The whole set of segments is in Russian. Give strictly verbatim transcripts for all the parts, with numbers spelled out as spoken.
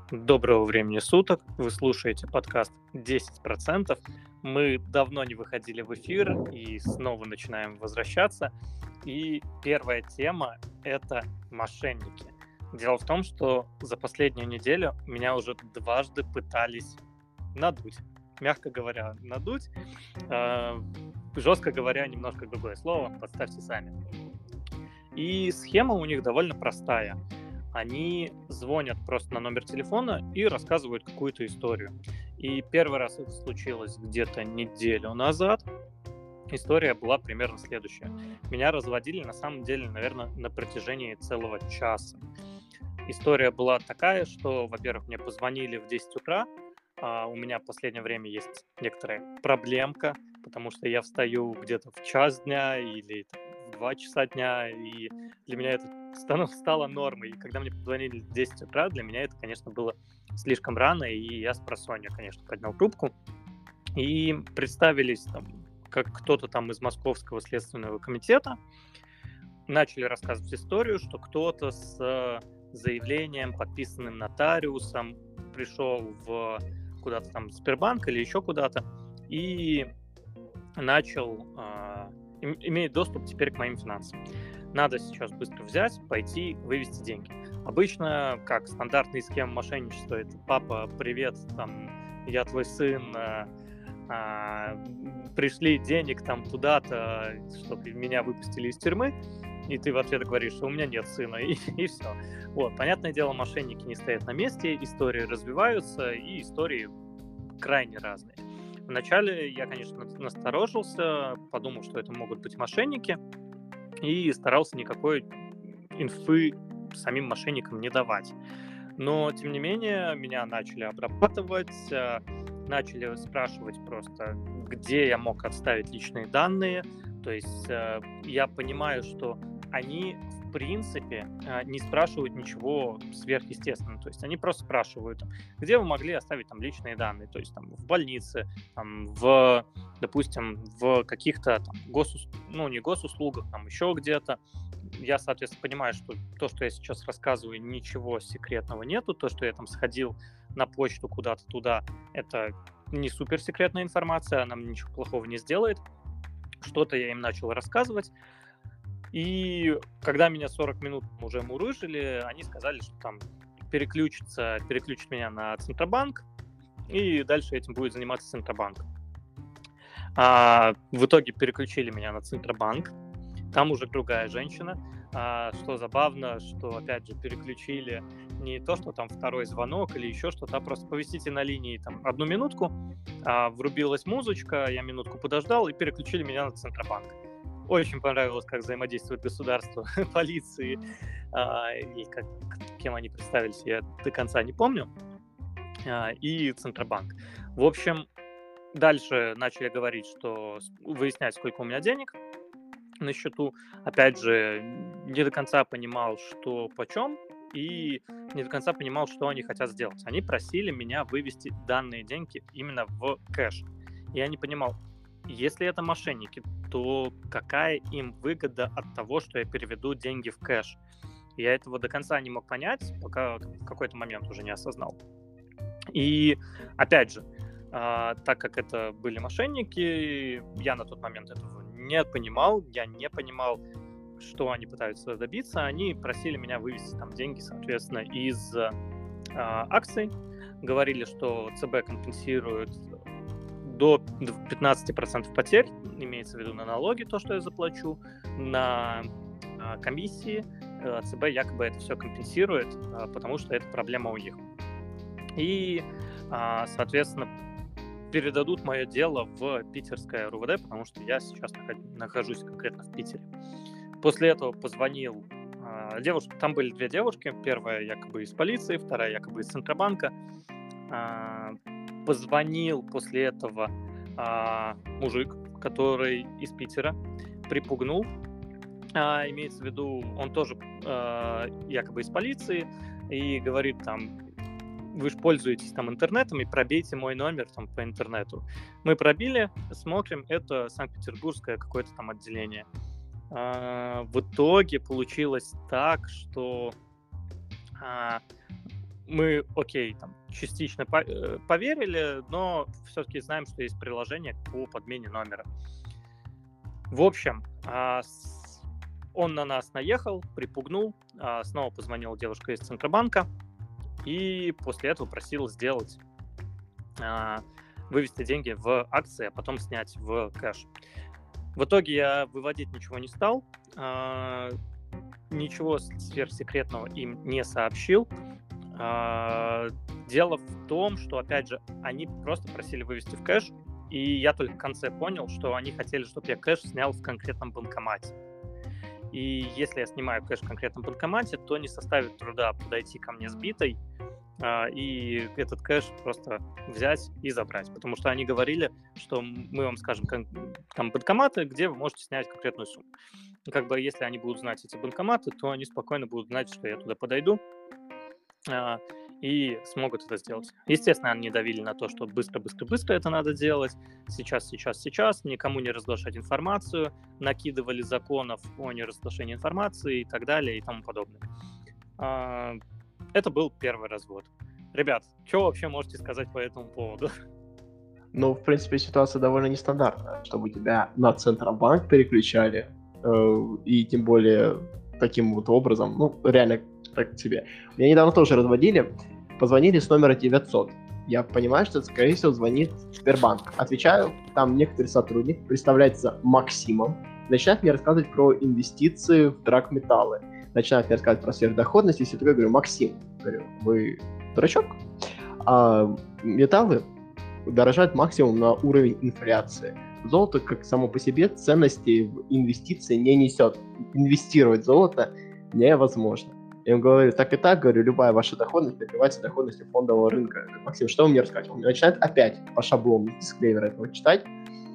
Доброго времени суток. Вы слушаете подкаст десять процентов. Мы давно не выходили в эфир и снова начинаем возвращаться. И первая тема– это мошенники. Дело в том, что за последнюю неделю меня уже дважды пытались надуть. Мягко говоря, надуть. Э, Жестко говоря, немножко другое слово. Подставьте сами. И схема у них довольно простая. Они звонят просто на номер телефона и рассказывают какую-то историю. И первый раз это случилось где-то неделю назад. История была примерно следующая. Меня разводили, на самом деле, наверное, на протяжении целого часа. История была такая, что, во-первых, мне позвонили в десять утра, а у меня в последнее время есть некоторая проблемка, потому что я встаю где-то в час дня или там, в два часа дня, и для меня это стану- стало нормой. И когда мне позвонили в десять утра, для меня это, конечно, было слишком рано, и я с просонья, конечно, поднял трубку. И представились там, как кто-то там из Московского следственного комитета, начали рассказывать историю, что кто-то с э, заявлением, подписанным нотариусом, пришел в куда-то там в Сбербанк или еще куда-то и начал э, им- иметь доступ теперь к моим финансам. Надо сейчас быстро взять, пойти, вывести деньги. Обычно, как стандартные схемы мошенничества, это папа, привет, там, я твой сын, э, а, пришли денег там туда-то, чтобы меня выпустили из тюрьмы, и ты в ответ говоришь, что у меня нет сына, и, и все. Вот, понятное дело, мошенники не стоят на месте, истории развиваются, и истории крайне разные. Вначале я, конечно, насторожился, подумал, что это могут быть мошенники, и старался никакой инфы самим мошенникам не давать. Но, тем не менее, меня начали обрабатывать, э, начали спрашивать просто, где я мог отставить личные данные. То есть э, я понимаю, что они, в принципе, э, не спрашивают ничего сверхъестественного. То есть они просто спрашивают, где вы могли оставить там личные данные. То есть там в больнице, там, в, допустим, в каких-то там госус... ну, не госуслугах, там еще где-то. Я, соответственно, понимаю, что то, что я сейчас рассказываю, ничего секретного нету. То, что я там сходил на почту куда-то туда, это не суперсекретная информация, она мне ничего плохого не сделает. Что-то я им начал рассказывать. И когда меня сорок минут уже мурыжили, они сказали, что там переключится, переключат меня на Центробанк, и дальше этим будет заниматься Центробанк. А, в итоге переключили меня на Центробанк. Там уже другая женщина. А, что забавно, что, опять же, переключили не то, что там второй звонок или еще что-то, а просто повисите на линии там одну минутку, а, врубилась музычка, я минутку подождал, и переключили меня на Центробанк. Очень понравилось, как взаимодействует государство, полиции, а, и как, кем они представились, я до конца не помню, а, и Центробанк. В общем, дальше начали говорить, что с- выяснять, сколько у меня денег на счету. Опять же, не до конца понимал, что почем, и не до конца понимал, что они хотят сделать. Они просили меня вывести данные деньги именно в кэш. Я не понимал, если это мошенники, то какая им выгода от того, что я переведу деньги в кэш? Я этого до конца не мог понять, пока в какой-то момент уже не осознал. И опять же, а, так как это были мошенники, я на тот момент этого не понимал, я не понимал, что они пытаются добиться. Они просили меня вывести там деньги, соответственно, из а, акций. Говорили, что ЦБ компенсирует до пятнадцати процентов потерь, имеется в виду на налоги, то, что я заплачу, на а, комиссии. э, ЦБ якобы это все компенсирует, а, потому что это проблема у них. И, а, соответственно, передадут мое дело в питерское РУВД, потому что я сейчас наход- нахожусь конкретно в Питере. После этого позвонил а, девушка, там были две девушки, первая якобы из полиции, вторая якобы из Центробанка. А, Позвонил после этого а, мужик, который из Питера, припугнул. А, имеется в виду, он тоже а, якобы из полиции, и говорит там, вы же пользуетесь там интернетом, и пробейте мой номер там по интернету. Мы пробили, смотрим, это Санкт-Петербургское какое-то там отделение. А, в итоге получилось так, что а, мы, окей, там, частично по- э, поверили, но все-таки знаем, что есть приложение по подмене номера. В общем, а, с- он на нас наехал, припугнул, а, снова позвонила девушка из Центробанка и после этого просил сделать, а, вывести деньги в акции, а потом снять в кэш. В итоге я выводить ничего не стал, а, ничего сверхсекретного им не сообщил. А, Дело в том, что, опять же, они просто просили вывести в кэш, и я только в конце понял, что они хотели, чтобы я кэш снял в конкретном банкомате. И если я снимаю кэш в конкретном банкомате, то не составит труда подойти ко мне с битой а, и этот кэш просто взять и забрать. Потому что они говорили, что мы вам скажем кон- там банкоматы, где вы можете снять конкретную сумму. И как бы если они будут знать эти банкоматы, то они спокойно будут знать, что я туда подойду, а, и смогут это сделать. Естественно, они давили на то, что быстро-быстро-быстро это надо делать, сейчас, сейчас, сейчас, никому не разглашать информацию, накидывали законов о неразглашении информации и так далее и тому подобное. А, Это был первый развод. Ребят, что вообще можете сказать по этому поводу? Ну, в принципе, ситуация довольно нестандартная, чтобы тебя на Центробанк переключали, э, и тем более таким вот образом, ну, реально так себе. Меня недавно тоже разводили, позвонили с номера девятьсот. Я понимаю, что, скорее всего, звонит Сбербанк. Отвечаю, там некоторый сотрудник, представляется Максимом, начинает мне рассказывать про инвестиции в драгметаллы. Начинает мне рассказывать про сверхдоходность, и все такое, говорю, Максим, говорю, вы дурачок? А металлы дорожает максимум на уровень инфляции. Золото, как само по себе, ценности в инвестиции не несет. Инвестировать в золото невозможно. Я ему говорю, так и так, говорю, любая ваша доходность покрывается доходностью фондового рынка. Я говорю, Максим, что вы мне рассказываете? Он начинает опять по шаблону дисклеймера этого читать.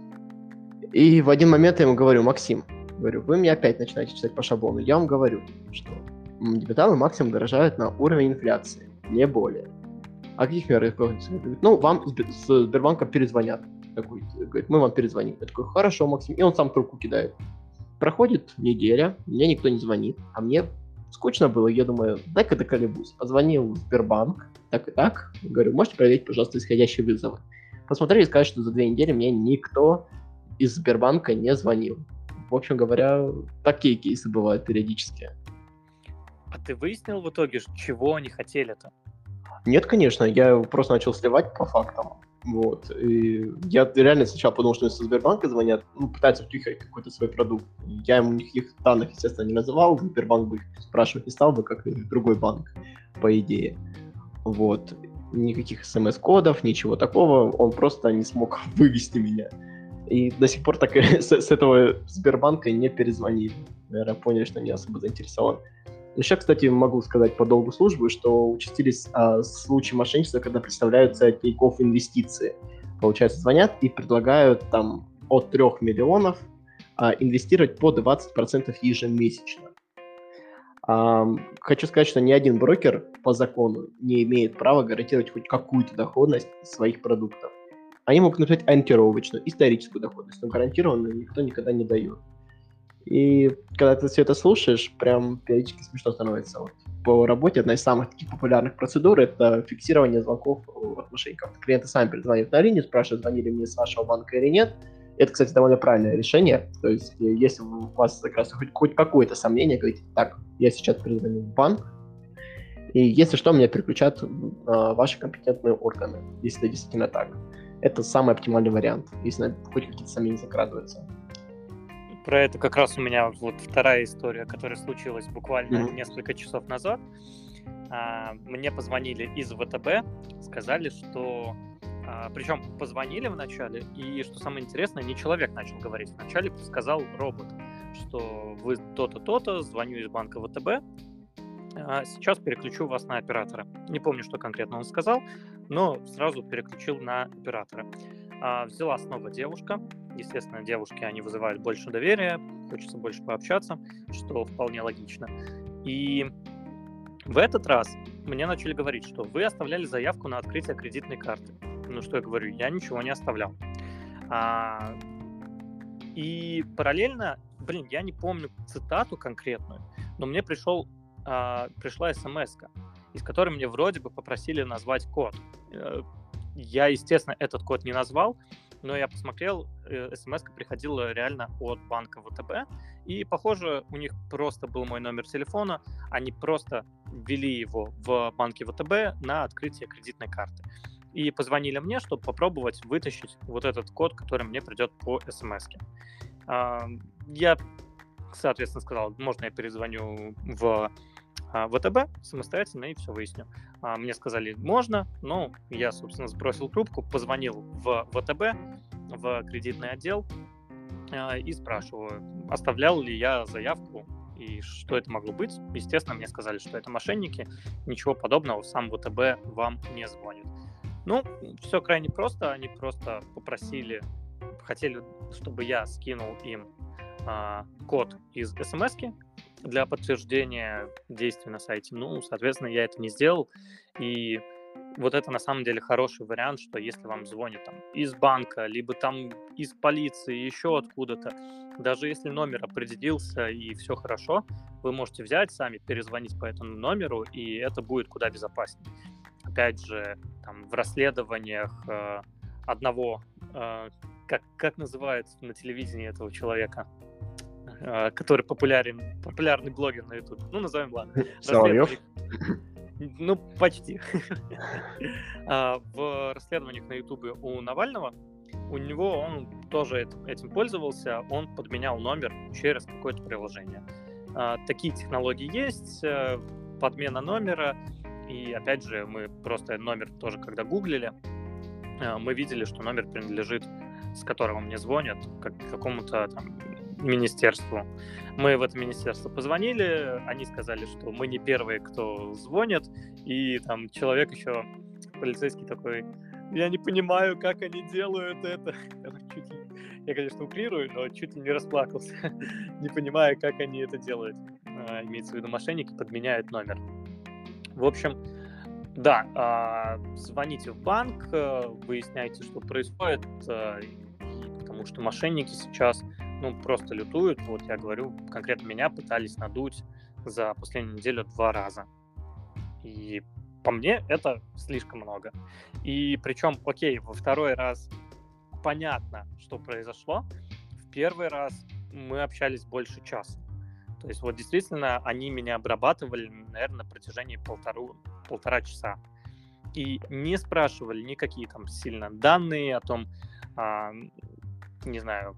И в один момент я ему говорю, Максим, говорю, вы мне опять начинаете читать по шаблону. Я вам говорю, что металлы максимум дорожают на уровень инфляции, не более. О каких мерах? Ну, вам с Сбербанка перезвонят. Такой, говорит, мы вам перезвоним. Я такой, хорошо, Максим. И он сам трубку кидает. Проходит неделя, мне никто не звонит, а мне скучно было. Я думаю, дай-ка доколебусь. Позвонил в Сбербанк, так и так. Говорю, можете проверить, пожалуйста, исходящие вызовы. Посмотрели и сказали, что за две недели мне никто из Сбербанка не звонил. В общем говоря, такие кейсы бывают периодически. А ты выяснил в итоге, чего они хотели-то? Нет, конечно, я просто начал сливать по фактам. Вот. И я реально сначала подумал, что со Сбербанка звонят, ну, пытаются втюхать какой-то свой продукт. Я ему никаких данных, естественно, не называл, Сбербанк бы спрашивать не стал бы, как и другой банк, по идее. Вот. Никаких смс-кодов, ничего такого, он просто не смог вывести меня. И до сих пор так и с, с этого Сбербанка не перезвонили. Наверное, поняли, что не особо заинтересован. Еще, кстати, могу сказать по долгу службы, что участились а, случаи мошенничества, когда представляются Тинькофф инвестиции. Получается, звонят и предлагают там от трех миллионов а, инвестировать по двадцать процентов ежемесячно. А, хочу сказать, что ни один брокер по закону не имеет права гарантировать хоть какую-то доходность своих продуктов. Они могут написать ориентировочную, историческую доходность, но гарантированную никто никогда не дает. И когда ты все это слушаешь, прям периодически смешно становится. Вот по работе одна из самых таких популярных процедур — это фиксирование звонков от мошенников. Клиенты сами перезванивают на линию, спрашивают, звонили мне с вашего банка или нет. Это, кстати, довольно правильное решение. То есть, если у вас как раз хоть, хоть какое-то сомнение, говорите, так, я сейчас перезвоню в банк, и если что, меня переключат на ваши компетентные органы, если это действительно так. Это самый оптимальный вариант, если хоть какие-то сомнения закрадываются. Про это как раз у меня вот вторая история, которая случилась буквально mm-hmm. несколько часов назад. А, мне позвонили из ВТБ, сказали, что... А, причем позвонили вначале, и что самое интересное, не человек начал говорить. Вначале сказал робот, что вы то-то, то-то, звоню из банка ВТБ, а сейчас переключу вас на оператора. Не помню, что конкретно он сказал, но сразу переключил на оператора. А, взяла снова девушка. Естественно, девушки, они вызывают больше доверия, хочется больше пообщаться, что вполне логично. И в этот раз мне начали говорить, что вы оставляли заявку на открытие кредитной карты. Ну, что я говорю, я ничего не оставлял. А, и параллельно, блин, я не помню цитату конкретную, но мне пришел, а, пришла смс-ка. из которой мне вроде бы попросили назвать код. Я, естественно, этот код не назвал, но я посмотрел, смс-ка приходила реально от банка ВТБ, и, похоже, у них просто был мой номер телефона, они просто ввели его в банке ВТБ на открытие кредитной карты. И позвонили мне, чтобы попробовать вытащить вот этот код, который мне придет по смс-ке. Я, соответственно, сказал, можно я перезвоню в ВТБ самостоятельно и все выясню. Мне сказали, можно, но я, собственно, сбросил трубку, позвонил в ВТБ, в кредитный отдел и спрашиваю, оставлял ли я заявку и что это могло быть. Естественно, мне сказали, что это мошенники, ничего подобного, сам ВТБ вам не звонит. Ну, все крайне просто, они просто попросили, хотели, чтобы я скинул им а, код из смс-ки для подтверждения действий на сайте. Ну, соответственно, я это не сделал, и вот это на самом деле хороший вариант, что если вам звонят там из банка, либо там из полиции, еще откуда-то, даже если номер определился и все хорошо, вы можете взять сами, перезвонить по этому номеру, и это будет куда безопаснее. Опять же, там, в расследованиях э, одного, э, как, как называют на телевидении этого человека, э, который популярен, популярный блогер на YouTube, ну, назовем, ладно. Соловьев? Ну, почти. В расследованиях на Ютубе у Навального, у него он тоже этим пользовался, он подменял номер через какое-то приложение. Такие технологии есть, подмена номера, и опять же, мы просто номер тоже, когда гуглили, мы видели, что номер принадлежит, с которого мне звонят, как какому-то там министерству. Мы в это министерство позвонили, они сказали, что мы не первые, кто звонит, и там человек еще, полицейский такой, я не понимаю, как они делают это. Чуть ли, я, конечно, утрирую, но чуть ли не расплакался, не понимаю, как они это делают. Имеется в виду, мошенники подменяют номер. В общем, да, звоните в банк, выясняйте, что происходит, потому что мошенники сейчас ну, просто лютуют. Вот я говорю, конкретно меня пытались надуть за последнюю неделю два раза. И по мне это слишком много. И причем, окей, во второй раз понятно, что произошло. В первый раз мы общались больше часа. То есть вот действительно они меня обрабатывали, наверное, на протяжении полтору, полтора часа. И не спрашивали никакие там сильно данные о том, а, не знаю,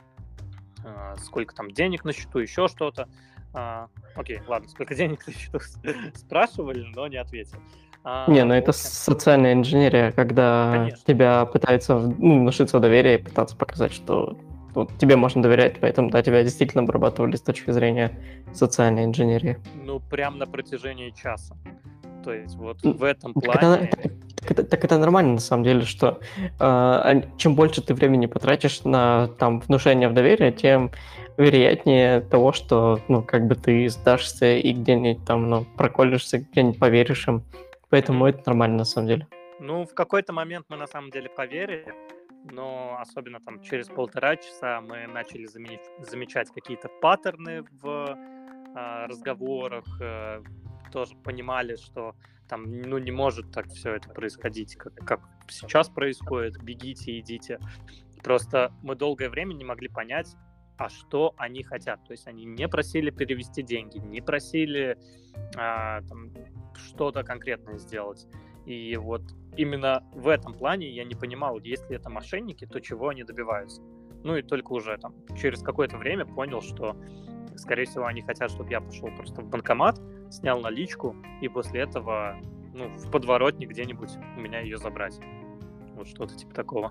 а, сколько там денег на счету, еще что-то. А, окей, ладно, сколько денег на счету спрашивали, но не ответил. А, не, ну это социальная инженерия, когда Конечно. тебя пытаются ну, внушиться в доверие и пытаться показать, что вот, тебе можно доверять, поэтому да, тебя действительно обрабатывали с точки зрения социальной инженерии. Ну, прям на протяжении часа. То есть вот ну, в этом так плане... Это, так, так, это, так это нормально, на самом деле, что э, чем больше ты времени потратишь на там, внушение в доверие, тем вероятнее того, что ну, как бы ты сдашься и где-нибудь там ну, проколешься, где-нибудь поверишь им. Поэтому mm-hmm. это нормально, на самом деле. Ну, в какой-то момент мы на самом деле поверили, но особенно там через полтора часа мы начали заменить, замечать какие-то паттерны в э, разговорах, э, тоже понимали, что там ну, не может так все это происходить, как, как сейчас происходит, бегите, идите. Просто мы долгое время не могли понять, а что они хотят. То есть они не просили перевести деньги, не просили а, там, что-то конкретное сделать. И вот именно в этом плане я не понимал, если это мошенники, то чего они добиваются. Ну и только уже там через какое-то время понял, что, скорее всего, они хотят, чтобы я пошел просто в банкомат, снял наличку, и после этого ну, в подворотне где-нибудь у меня ее забрать. Вот что-то типа такого.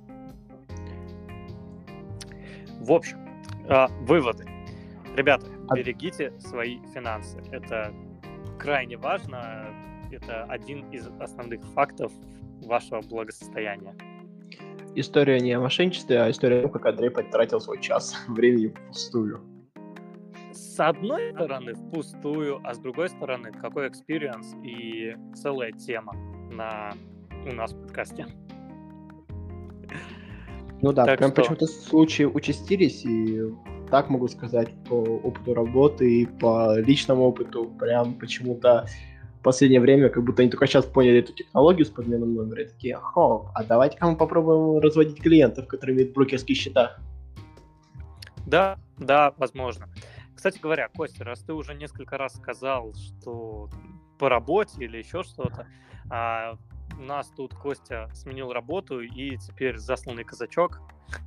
В общем, э, выводы. Ребята, берегите свои финансы. Это крайне важно. Это один из основных фактов вашего благосостояния. История не о мошенничестве, а история о том, как Андрей потратил свой час времени впустую. С одной стороны, впустую, а с другой стороны, какой экспириенс и целая тема на... у нас в подкасте. Ну да, так прям что... почему-то случаи участились, и так могу сказать по опыту работы и по личному опыту, прям почему-то последнее время как будто они только сейчас поняли эту технологию с подменом номера и такие, хо, а давайте-ка мы попробуем разводить клиентов, которые имеют брокерские счета. Да, да, возможно. Кстати говоря, Костя, раз ты уже несколько раз сказал, что по работе или еще что-то, а у нас тут Костя сменил работу и теперь засланный казачок.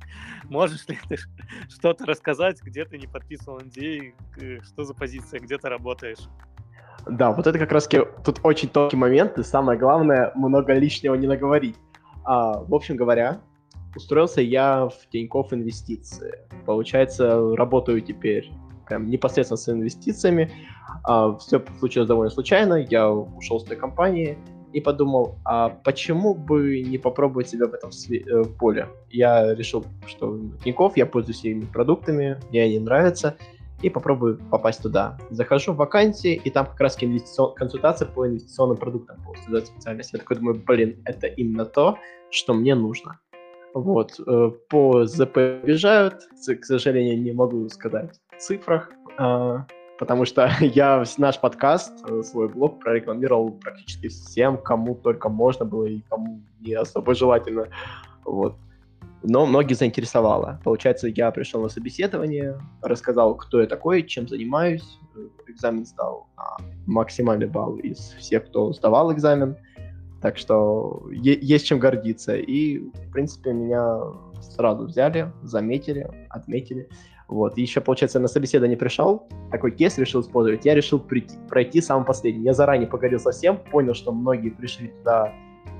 Можешь ли ты что-то рассказать, где ты не подписывал эн ди эй, что за позиция, где ты работаешь? Да, вот это как раз тут очень тонкий момент, и самое главное, много лишнего не наговорить. А, в общем говоря, устроился я в Тинькофф Инвестиции. Получается, работаю теперь прям непосредственно с инвестициями. А, все случилось довольно случайно, я ушел с той компании и подумал, а почему бы не попробовать себя в этом све- э, поле? Я решил, что Тинькофф, я пользуюсь их продуктами, мне они нравятся, и попробую попасть туда. Захожу в вакансии, и там как раз инвестицион... консультация по инвестиционным продуктам по специальности. Я такой думаю, блин, это именно то, что мне нужно. Вот. По ЗП въезжают, к сожалению, не могу сказать в цифрах, потому что я наш подкаст, свой блог прорекламировал практически всем, кому только можно было и кому не особо желательно. Вот. Но многих заинтересовало. Получается, я пришел на собеседование, рассказал, кто я такой, чем занимаюсь. Экзамен сдал на максимальный балл из всех, кто сдавал экзамен. Так что е- есть чем гордиться. И, в принципе, меня сразу взяли, заметили, отметили. Вот. И еще, получается, на собеседование пришел, такой кейс решил использовать. Я решил прийти, пройти самый последний. Я заранее поговорил со всем, понял, что многие пришли туда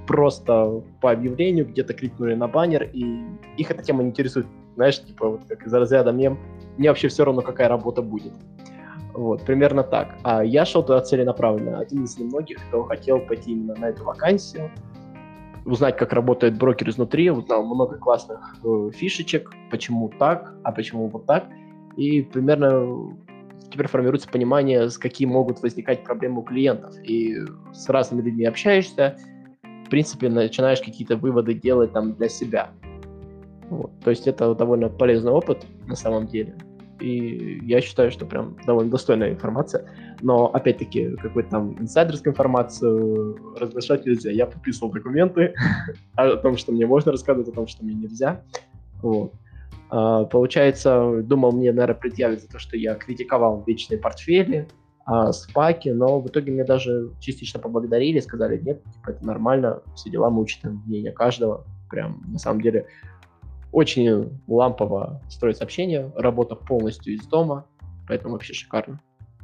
просто по объявлению, где-то кликнули на баннер, и их эта тема не интересует. Знаешь, типа, вот как из разряда мем, мне вообще все равно, какая работа будет. Вот, примерно так. А я шел туда целенаправленно. Один из немногих, кто хотел пойти именно на эту вакансию, узнать, как работает брокер изнутри, узнал много классных э, фишечек, почему так, а почему вот так. И примерно теперь формируется понимание, с какими могут возникать проблемы у клиентов. И с разными людьми общаешься, в принципе, начинаешь какие-то выводы делать там для себя. Вот. То есть это довольно полезный опыт на самом деле. И я считаю, что прям довольно достойная информация. Но, опять-таки, какую-то там инсайдерскую информацию разглашать нельзя. Я подписывал документы о том, что мне можно рассказывать, о том, что мне нельзя. Вот. А, получается, думал, мне, наверное, предъявить за то, что я критиковал вечные портфели, а, спаки, но в итоге мне даже частично поблагодарили, сказали, нет, типа, это нормально, все дела, мы учитываем мнение каждого. Прям, на самом деле, очень лампово строить сообщения, работа полностью из дома, поэтому вообще шикарно.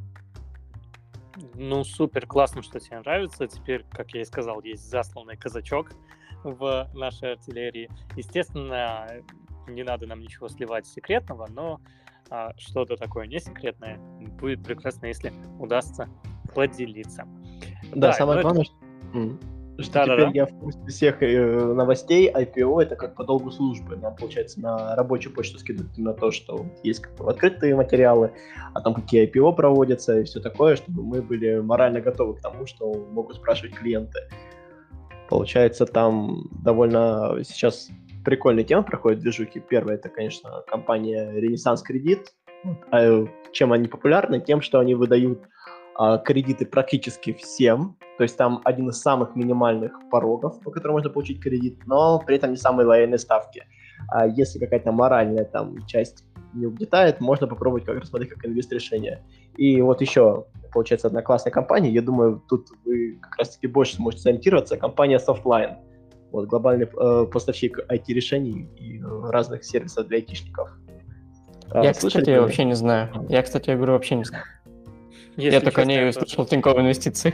Ну, супер, классно, что тебе нравится. Теперь, как я и сказал, есть засланный казачок в нашей артиллерии. Естественно, не надо нам ничего сливать секретного, но а, что-то такое не секретное будет прекрасно, если удастся поделиться. Да, да, самое главное, это... что... Что да, теперь да, да. я в курсе всех э, новостей, ай пи о это как по долгу службы. Нам, получается, на рабочую почту скидывают на то, что есть как бы открытые материалы, о том, какие ай пи о проводятся и все такое, чтобы мы были морально готовы к тому, что могут спрашивать клиенты. Получается, там довольно сейчас прикольная тема проходит в движухе. Первое, это, конечно, компания Renaissance Кредит. А чем они популярны? Тем, что они выдают а, кредиты практически всем. То есть там один из самых минимальных порогов, по которым можно получить кредит, но при этом не самые лояльные ставки. А если какая-то моральная там часть не угнетает, можно попробовать как рассмотреть как инвест-решение. И вот еще, получается, одна классная компания, я думаю, тут вы как раз-таки больше сможете сориентироваться, компания Softline. Вот, глобальный э, поставщик ай ти-решений и э, разных сервисов для айтишников. Я, а, кстати, я вообще не знаю. Я, кстати, я говорю, вообще не знаю. Если я только не слышал Тинькофф Инвестиции.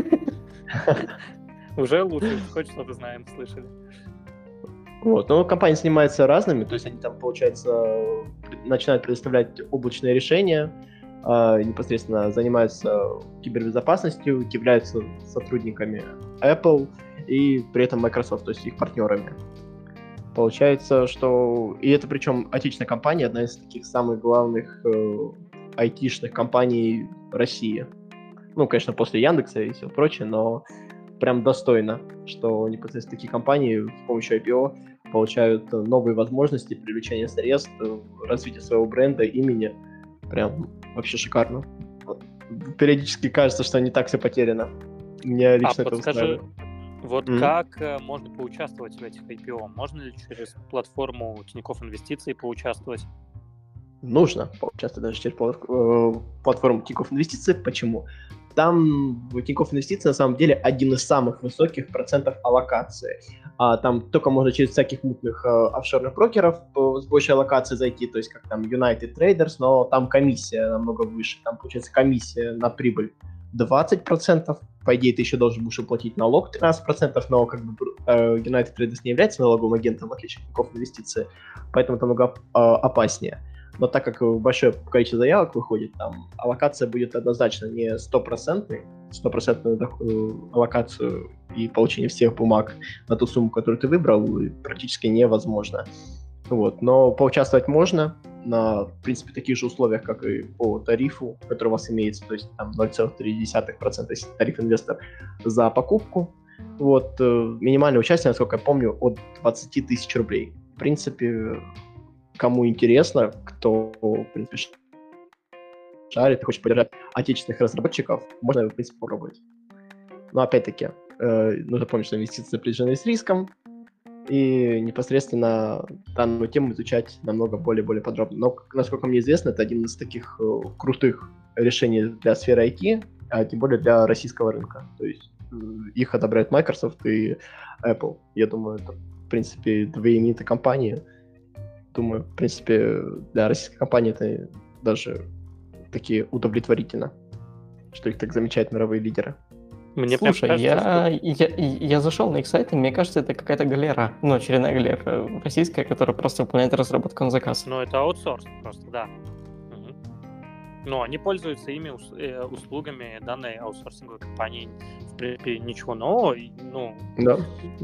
Уже лучше, хоть что-то знаем, слышали. Вот, но компания занимается разными, то есть они там, получается, начинают предоставлять облачные решения, э, непосредственно занимаются кибербезопасностью, являются сотрудниками Apple и при этом Microsoft, то есть их партнерами. Получается, что... И это причем отечественная компания, одна из таких самых главных э, айтишных компаний России. Ну, конечно, после Яндекса и все прочее, но прям достойно, что непосредственно такие компании с помощью ай пи о получают новые возможности привлечения средств, развития своего бренда, имени. Прям вообще шикарно. Периодически кажется, что не так все потеряно. Меня А лично это подскажи, устраивает. вот Мгм. как э, можно поучаствовать в этих ай пи о? Можно ли через платформу Тинькофф Инвестиций поучаствовать? Нужно поучаствовать даже через плат- э, платформу Тинькофф Инвестиции. Почему? Там в Тинькофф Инвестиции на самом деле один из самых высоких процентов аллокации. А, там только можно через всяких мутных э, офшорных брокеров э, с большей аллокацией зайти, то есть как там United Traders, но там комиссия намного выше. Там получается комиссия на прибыль двадцать процентов. По идее, ты еще должен будешь уплатить налог тринадцать процентов, но как бы э, United Traders не является налоговым агентом, в отличие от Тинькофф Инвестиции, поэтому это намного э, опаснее. Но так как большое количество заявок выходит, там аллокация будет однозначно не стопроцентной, стопроцентную аллокацию и получение всех бумаг на ту сумму, которую ты выбрал, практически невозможно. Вот. Но поучаствовать можно на, в принципе, таких же условиях, как и по тарифу, который у вас имеется, то есть там ноль целых три десятых процента если тариф инвестор за покупку. Вот. Минимальное участие, насколько я помню, от двадцать тысяч рублей. В принципе, кому интересно, кто, в принципе, шарит и хочет поддержать отечественных разработчиков, можно, в принципе, попробовать. Но, опять-таки, э, нужно помнить, что инвестиции сопряжены с риском, и непосредственно данную тему изучать намного более-более подробно. Но, насколько мне известно, это один из таких э, крутых решений для сферы ай ти, а тем более для российского рынка. То есть э, их одобряют Microsoft и Apple. Я думаю, это, в принципе, две именитые компании. Думаю, в принципе, для российской компании это даже таки удовлетворительно, что их так замечают мировые лидеры. Мне прям Слушай, кажется, я, что... я, я зашел на их сайт, и мне кажется, это какая-то галера, ну, очередная галера российская, которая просто выполняет разработку на заказ. Ну, это аутсорс просто, да. Мгм. Но они пользуются ими ус- э, услугами данной аутсорсинговой компании. В принципе, ничего нового. и, Ну, Да.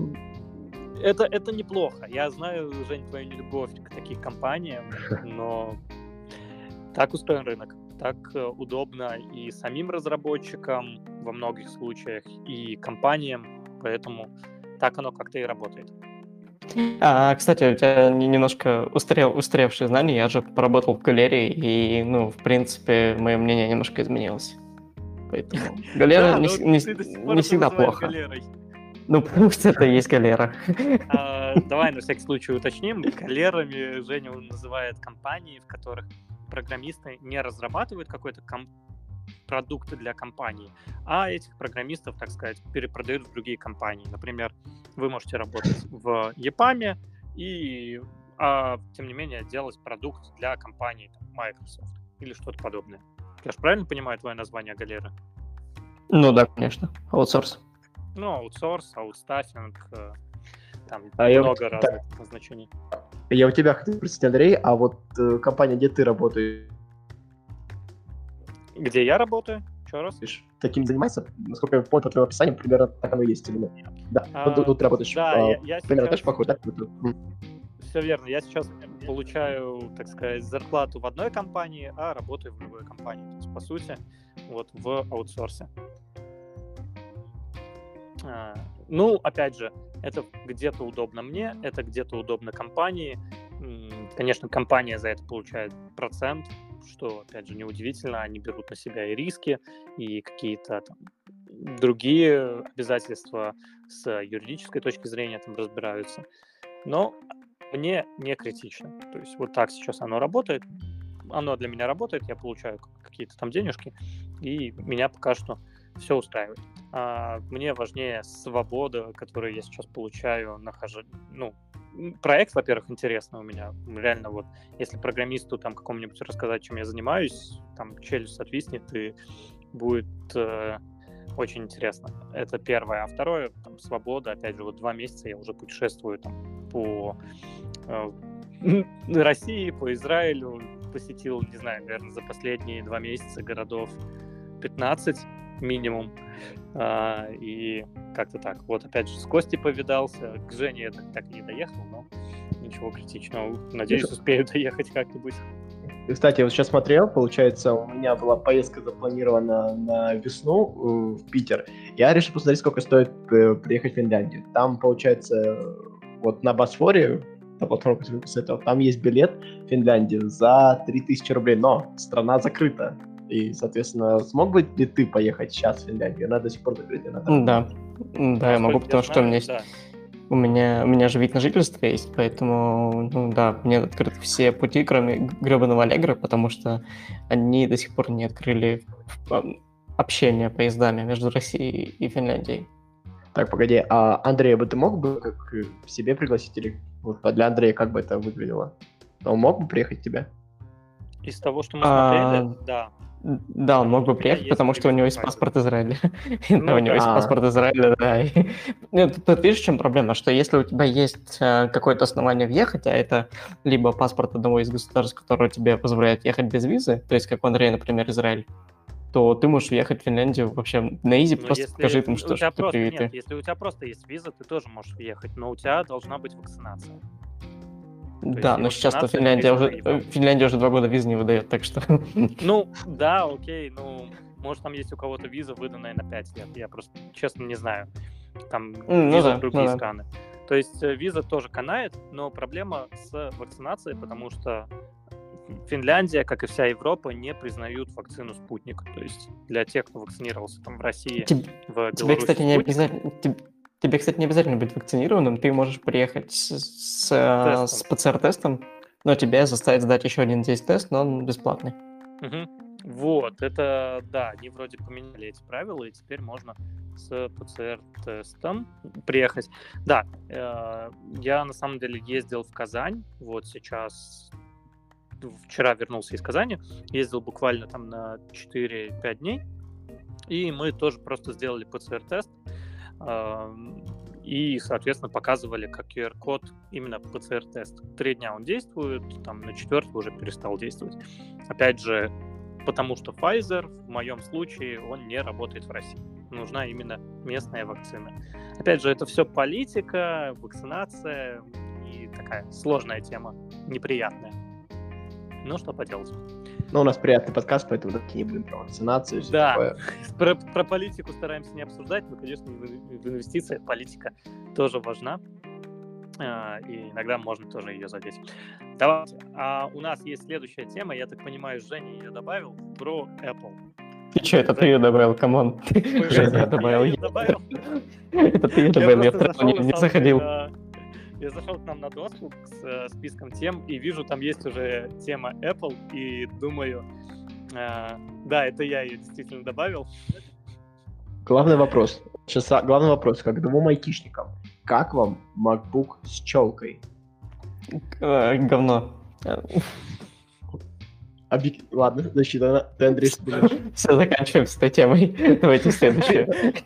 это, это неплохо. Я знаю, Жень, твою нелюбовь к таким компаниям, но так устроен рынок. Так э, удобно и самим разработчикам во многих случаях, и компаниям, поэтому так оно как-то и работает. А, кстати, у тебя не- немножко устарел, устаревшие знания, я же поработал в галерее, и, ну, в принципе, мое мнение немножко изменилось. Поэтому галера Да, не, но с- не, ты до с- сих пор не это всегда называешь плохо. галерой. Ну, потому что это и есть галера. А, давай на всякий случай уточним. Галерами Женя называет компании, в которых программисты не разрабатывают какой-то ком- продукты для компании, а этих программистов, так сказать, перепродают в другие компании. Например, вы можете работать в ЕПАМе и, а, тем не менее, делать продукт для компании там, Microsoft или что-то подобное. Я же правильно понимаю твое название галеры? Ну да, конечно, аутсорс. Ну, аутсорс, аутстаффинг, э, там А я, много вот- разных назначений. я у тебя хотел спросить, Андрей, а вот э, компания, где ты работаешь, Где я работаю? Еще раз. таким занимается? Насколько я понял по твоему описанию, примерно так оно и есть. Или нет? Да, А, вот тут ты работаешь да, а, я, я примерно сейчас... так же похоже, да? Вот, м. Все верно. Я сейчас получаю, так сказать, зарплату в одной компании, а работаю в другой компании. То есть, по сути, вот в аутсорсе. А, ну, опять же, это где-то удобно мне, это где-то удобно компании. М, Конечно, компания за это получает процент, что, опять же, неудивительно. Они берут на себя и риски, и какие-то там другие обязательства с юридической точки зрения там разбираются. Но мне не критично. То есть вот так сейчас оно работает. Оно для меня работает, я получаю к- какие-то там денежки, и меня пока что все устраивает. А мне важнее свобода, которую я сейчас получаю, нахожу. Ну, м, проект, во-первых, интересный у меня. Реально, вот, если программисту там какому-нибудь рассказать, чем я занимаюсь, там челюсть отвиснет, и будет э, очень интересно. Это первое. А второе, там, свобода. Опять же, вот два месяца я уже путешествую там по э, России, по Израилю. Посетил, не знаю, наверное, за последние два месяца городов пятнадцать минимум. А, и как-то так. Вот опять же с Костей повидался. К Жене я так, так и не доехал, но ничего критичного. Надеюсь, успею доехать как-нибудь. Кстати, я вот сейчас смотрел, получается, у меня была поездка запланирована на весну э, в Питер. Я решил посмотреть, сколько стоит э, приехать в Финляндию. Там, получается, э, вот на Босфоре, на платформе, которую я посоветовал, там есть билет в Финляндию за три тысячи рублей, но страна закрыта. И, соответственно, смог бы ли ты поехать сейчас в Финляндию? Она до сих пор закрыта. Да, да, я могу, потому что у меня есть... У меня, у меня же вид на жительство есть, поэтому, ну да, мне открыты все пути, кроме гребаного Аллегро, потому что они до сих пор не открыли общение поездами между Россией и Финляндией. Так, погоди, а Андрея бы ты мог бы как к себе пригласить? Или вот для Андрея как бы это выглядело? Он мог бы приехать к тебе? Из того, что мы смотрели, а... да. Да, он мог бы приехать, потому что у него есть паспорт Израиля. Да, у него есть паспорт Израиля, да. Тут видишь, в чем проблема? Что если у тебя есть какое-то основание въехать, а это либо паспорт одного из государств, которое тебе позволяет ехать без визы, то есть как у Андрея, например, Израиль, то ты можешь въехать в Финляндию вообще на изи, просто покажи им, что ты привитый. Если у тебя просто есть виза, ты тоже можешь въехать, но у тебя должна быть вакцинация. Да, но сейчас-то Финляндия уже, Финляндия уже два года визы не выдает, так что... Ну, да, окей, ну, может, там есть у кого-то виза, выданная на пять лет, я просто, честно, не знаю. Там ну, виза да, в другие ну, страны. Да. То есть виза тоже канает, но проблема с вакцинацией, потому что Финляндия, как и вся Европа, не признают вакцину «Спутник». То есть для тех, кто вакцинировался там в России, Тебе, в Беларуси... Тебе, кстати, не обязательно... Тебе, кстати, не обязательно быть вакцинированным, ты можешь приехать с, с, с ПЦР-тестом, но тебя заставят сдать еще один здесь тест, но он бесплатный. Угу. Вот, это, да, они вроде поменяли эти правила, и теперь можно с ПЦР-тестом приехать. Да, э, я на самом деле ездил в Казань, вот сейчас, вчера вернулся из Казани, ездил буквально там на четыре-пять дней, и мы тоже просто сделали ПЦР-тест, и, соответственно, показывали как ку ар-код именно ПЦР-тест. Три дня он действует, там на четвертый уже перестал действовать. Опять же, потому что Pfizer, в моем случае, он не работает в России. Нужна именно местная вакцина. Опять же, это все политика, вакцинация и такая сложная тема, неприятная. Ну, что поделать. Ну, у нас приятный подкаст, поэтому давайте не будем про вакцинацию. Да, такое. Про, про политику стараемся не обсуждать, но, конечно, в инвестициях политика тоже важна, и иногда можно тоже ее задеть. Давайте. А у нас есть следующая тема, я так понимаю, Женя ее добавил, про Apple. Ты что, это ты ее добавил, камон. Женя добавил. Это ты ее добавил, я в трапу не заходил. Я зашел к нам на доску с э, списком тем и вижу, там есть уже тема Apple, и думаю, э, да, это я ее действительно добавил. Главный вопрос. Сейчас главный вопрос, как двум айтишникам. Как вам MacBook с челкой? Э, говно. Объек... Ладно, значит, ты, Андрей, что думаешь? Все, заканчиваем с этой темой. Давайте следующую.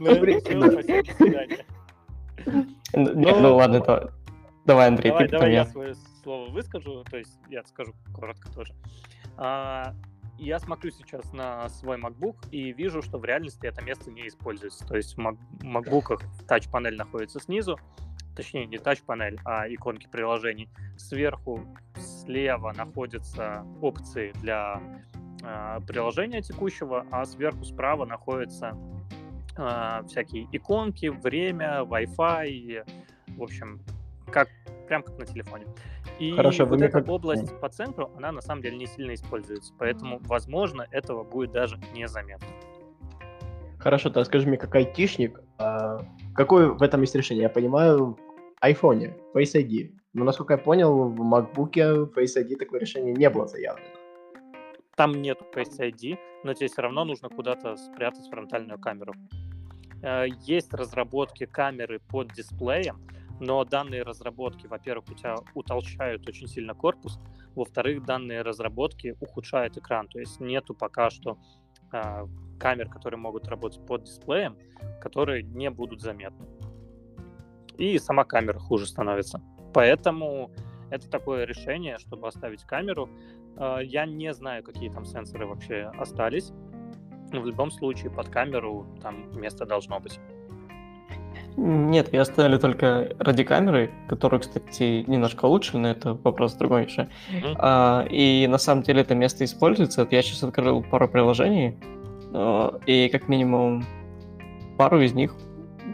Ну ладно, то... Давай, Андрей, давай, ты давай я я. свое слово выскажу, то есть я скажу коротко тоже. А, я смотрю сейчас на свой MacBook и вижу, что в реальности это место не используется. То есть в MacBook'ах тач-панель находится снизу, точнее не тач-панель, а иконки приложений. Сверху слева находятся опции для а, приложения текущего, а сверху справа находятся а, всякие иконки, время, Wi-Fi, в общем... Как, прям как на телефоне. И Хорошо, вот эта как... область по центру, она на самом деле не сильно используется, поэтому, возможно, этого будет даже незаметно. Хорошо, то скажи мне, как айтишник, а, какое в этом есть решение? Я понимаю, в iPhone, Face ай ди, но, насколько я понял, в MacBook'е Face ай ди такое решение не было заявлено. Там нету Face ай ди, но тебе все равно нужно куда-то спрятать фронтальную камеру. Есть разработки камеры под дисплеем, но данные разработки, во-первых, у тебя утолщают очень сильно корпус, во-вторых, данные разработки ухудшают экран, то есть нету пока что э, камер, которые могут работать под дисплеем, которые не будут заметны. И сама камера хуже становится. Поэтому это такое решение, чтобы оставить камеру. Э, я не знаю, какие там сенсоры вообще остались, но в любом случае под камеру там место должно быть. Нет, ее оставили только ради камеры, которая, кстати, немножко лучше, но это вопрос другой еще. Mm-hmm. А, и на самом деле это место используется. Я сейчас открыл пару приложений, и как минимум пару из них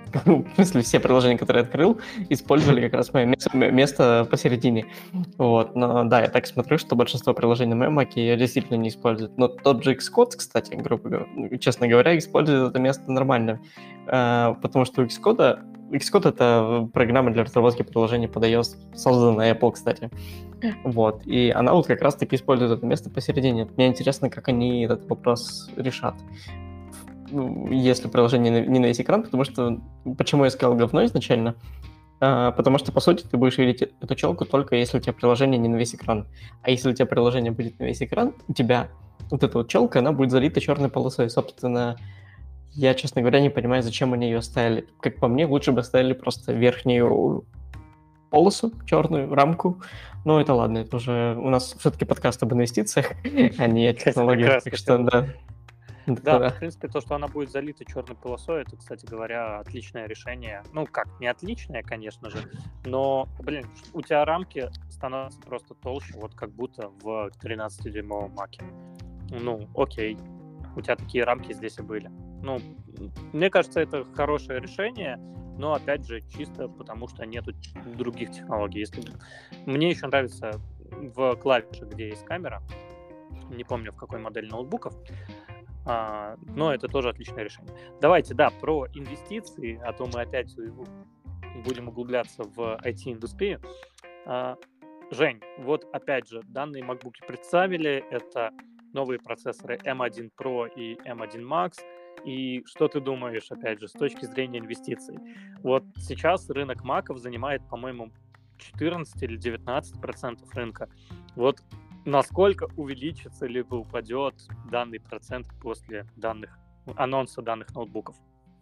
ну, в смысле, все приложения, которые я открыл, использовали как раз мое место, место посередине. Вот, но да, я так смотрю, что большинство приложений на моем Маке действительно не используют. Но тот же Xcode, кстати, грубо говоря, честно говоря, использует это место нормально, а, потому что у Xcode, Xcode — это программа для разработки приложений под iOS, созданная Apple, кстати. Вот, и она вот как раз-таки использует это место посередине. Мне интересно, как они этот вопрос решат. Если приложение не на весь экран, потому что... Почему я сказал говно изначально? А, потому что, по сути, ты будешь видеть эту челку только если у тебя приложение не на весь экран. А если у тебя приложение будет на весь экран, у тебя вот эта вот челка, она будет залита черной полосой. Собственно, я, честно говоря, не понимаю, зачем они ее ставили. Как по мне, лучше бы ставили просто верхнюю полосу, черную рамку. Но это ладно, это уже... У нас все-таки подкаст об инвестициях, а не о технологиях, так что да. Да, да, в принципе, то, что она будет залита черной полосой, это, кстати говоря, отличное решение. Ну, как, не отличное, конечно же, но, блин, у тебя рамки становятся просто толще, вот как будто в тринадцатидюймовом маке. Ну, окей, у тебя такие рамки здесь и были. Ну, мне кажется, это хорошее решение, но, опять же, чисто потому, что нету других технологий. Если... Мне еще нравится в клавишах, где есть камера, не помню, в какой модели ноутбуков, А, но это тоже отличное решение. Давайте, да, про инвестиции, а то мы опять будем углубляться в ай ти-индустрию. А, Жень, вот опять же, данные MacBook'и представили, это новые процессоры эм один Pro и эм один Max. И что ты думаешь, опять же, с точки зрения инвестиций? Вот сейчас рынок маков занимает, по-моему, четырнадцать или девятнадцать процентов рынка. Вот насколько увеличится либо упадет данный процент после данных анонса данных ноутбуков?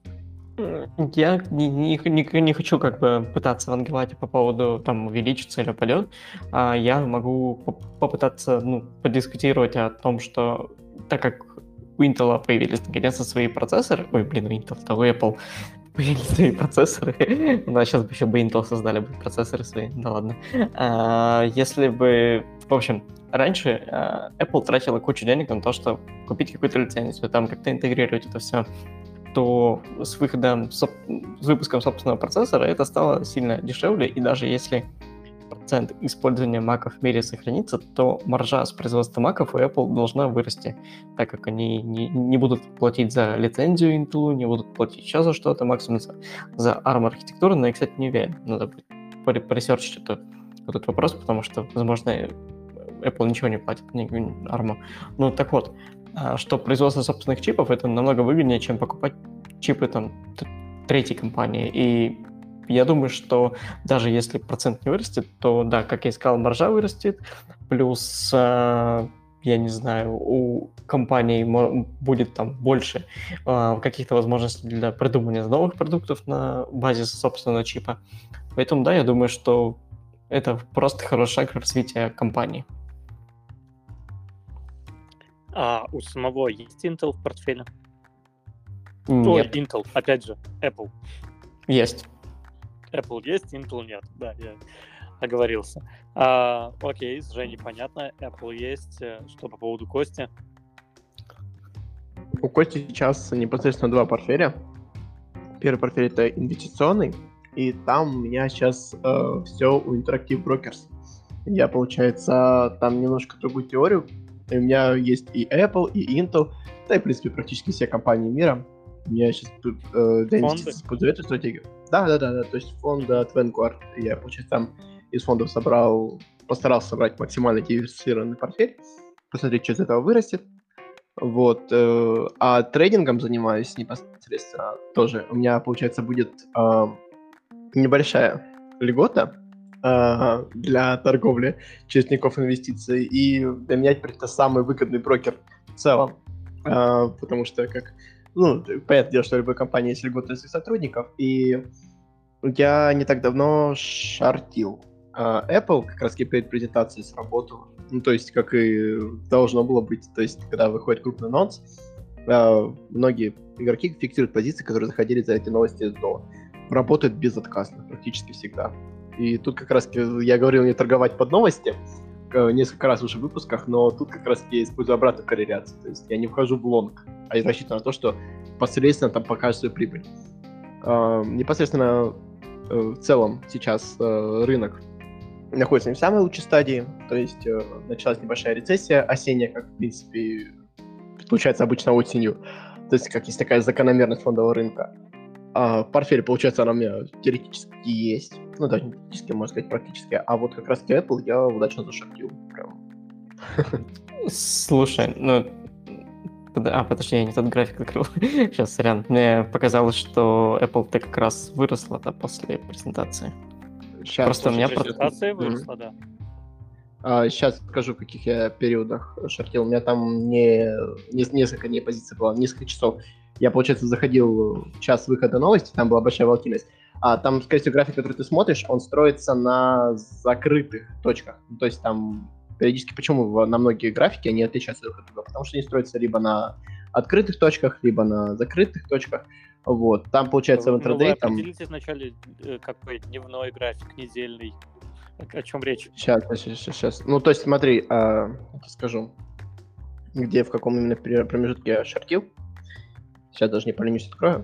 Я не, не, не, не хочу как бы пытаться вангелать по поводу там увеличится или упадет, а я могу попытаться ну, подискутировать о том, что так как у Intel появились наконец-то свои процессоры, ой, блин, у Intel, то у Apple появились свои процессоры, да, сейчас бы еще бы Intel создали бы процессоры свои, да ладно. А, если бы, в общем, раньше а, Apple тратила кучу денег на то, чтобы купить какую-то лицензию, там как-то интегрировать это все, то с выходом, с выпуском собственного процессора это стало сильно дешевле, и даже если процент использования маков в мире сохранится, то маржа с производства маков у Apple должна вырасти, так как они не, не будут платить за лицензию Intel, не будут платить еще за что-то, максимум за, за ARM-архитектуру, но я, кстати, не уверен, надо будет поресерчить это, этот вопрос, потому что, возможно, Apple ничего не платит ARM. Ну, так вот, что производство собственных чипов это намного выгоднее, чем покупать чипы там третьей компании. И я думаю, что даже если процент не вырастет, то да, как я и сказал, маржа вырастет, плюс, я не знаю, у компаний будет там больше каких-то возможностей для придумывания новых продуктов на базе собственного чипа. Поэтому да, я думаю, что это просто хороший шаг развития компании. А у самого есть Intel в портфеле? Нет. Ой, Intel, опять же, Apple. Есть. Apple есть, Intel нет. Да, я оговорился. А, окей, с Женей понятно. Apple есть. Что по поводу Кости? У Кости сейчас непосредственно два портфеля. Первый портфель — это инвестиционный, и там у меня сейчас э, все у Interactive Brokers. Я, получается, там немножко другую теорию. И у меня есть и Apple, и Intel, да и, в принципе, практически все компании мира. У меня сейчас э, для инвестиций использую эту стратегию. Да-да-да, то есть фонд от Vanguard. Я, получается, там из фондов собрал, постарался собрать максимально диверсифицированный портфель, посмотреть, что из этого вырастет. Вот. Э, а трейдингом занимаюсь непосредственно тоже. У меня, получается, будет э, небольшая льгота для торговли участников инвестиций, и для меня теперь это самый выгодный брокер в целом, потому что, как, ну, понятное дело, что в любой компании есть льготы для сотрудников, и я не так давно шортил Apple, как раз перед презентацией сработало, ну, то есть, как и должно было быть, то есть, когда выходит крупный анонс, многие игроки фиксируют позиции, которые заходили за эти новости до, работают безотказно, практически всегда. И тут как раз я говорил не торговать под новости несколько раз уже в выпусках, но тут как раз я использую обратную корреляцию. То есть я не вхожу в лонг, а я рассчитываю на то, что посредственно там покажет свою прибыль. э, непосредственно э, в целом сейчас э, рынок находится не в самой лучшей стадии, то есть э, началась небольшая рецессия осенняя, как, в принципе, получается обычно осенью, то есть как есть такая закономерность фондового рынка. А в портфеле, получается, она у меня теоретически есть, ну, даже не теоретически, можно сказать, практически, а вот как раз-таки Apple я удачно зашортил, прям. Слушай, ну... А, подожди, я не тот график открыл. Сейчас, сорян. Мне показалось, что Apple-то как раз выросла да, после презентации. Сейчас, Просто у меня... Презентация выросла, mm-hmm. да. А, сейчас скажу, в каких я периодах шортил. У меня там не, не несколько дней позиций было, несколько часов. Я, получается, заходил в час выхода новости, там была большая волатильность. А там, скорее всего, график, который ты смотришь, он строится на закрытых точках. То есть там периодически, почему на многие графики они отличаются друг от друга? Потому что они строятся либо на открытых точках, либо на закрытых точках. Вот. Там, получается, в интрадей... Ну, вы там... определитесь вначале, какой дневной график, недельный. О чем речь? Сейчас, сейчас, сейчас. Ну, то есть, смотри, э, я скажу, где, в каком именно промежутке я шортил. Сейчас даже не поленюсь, открою.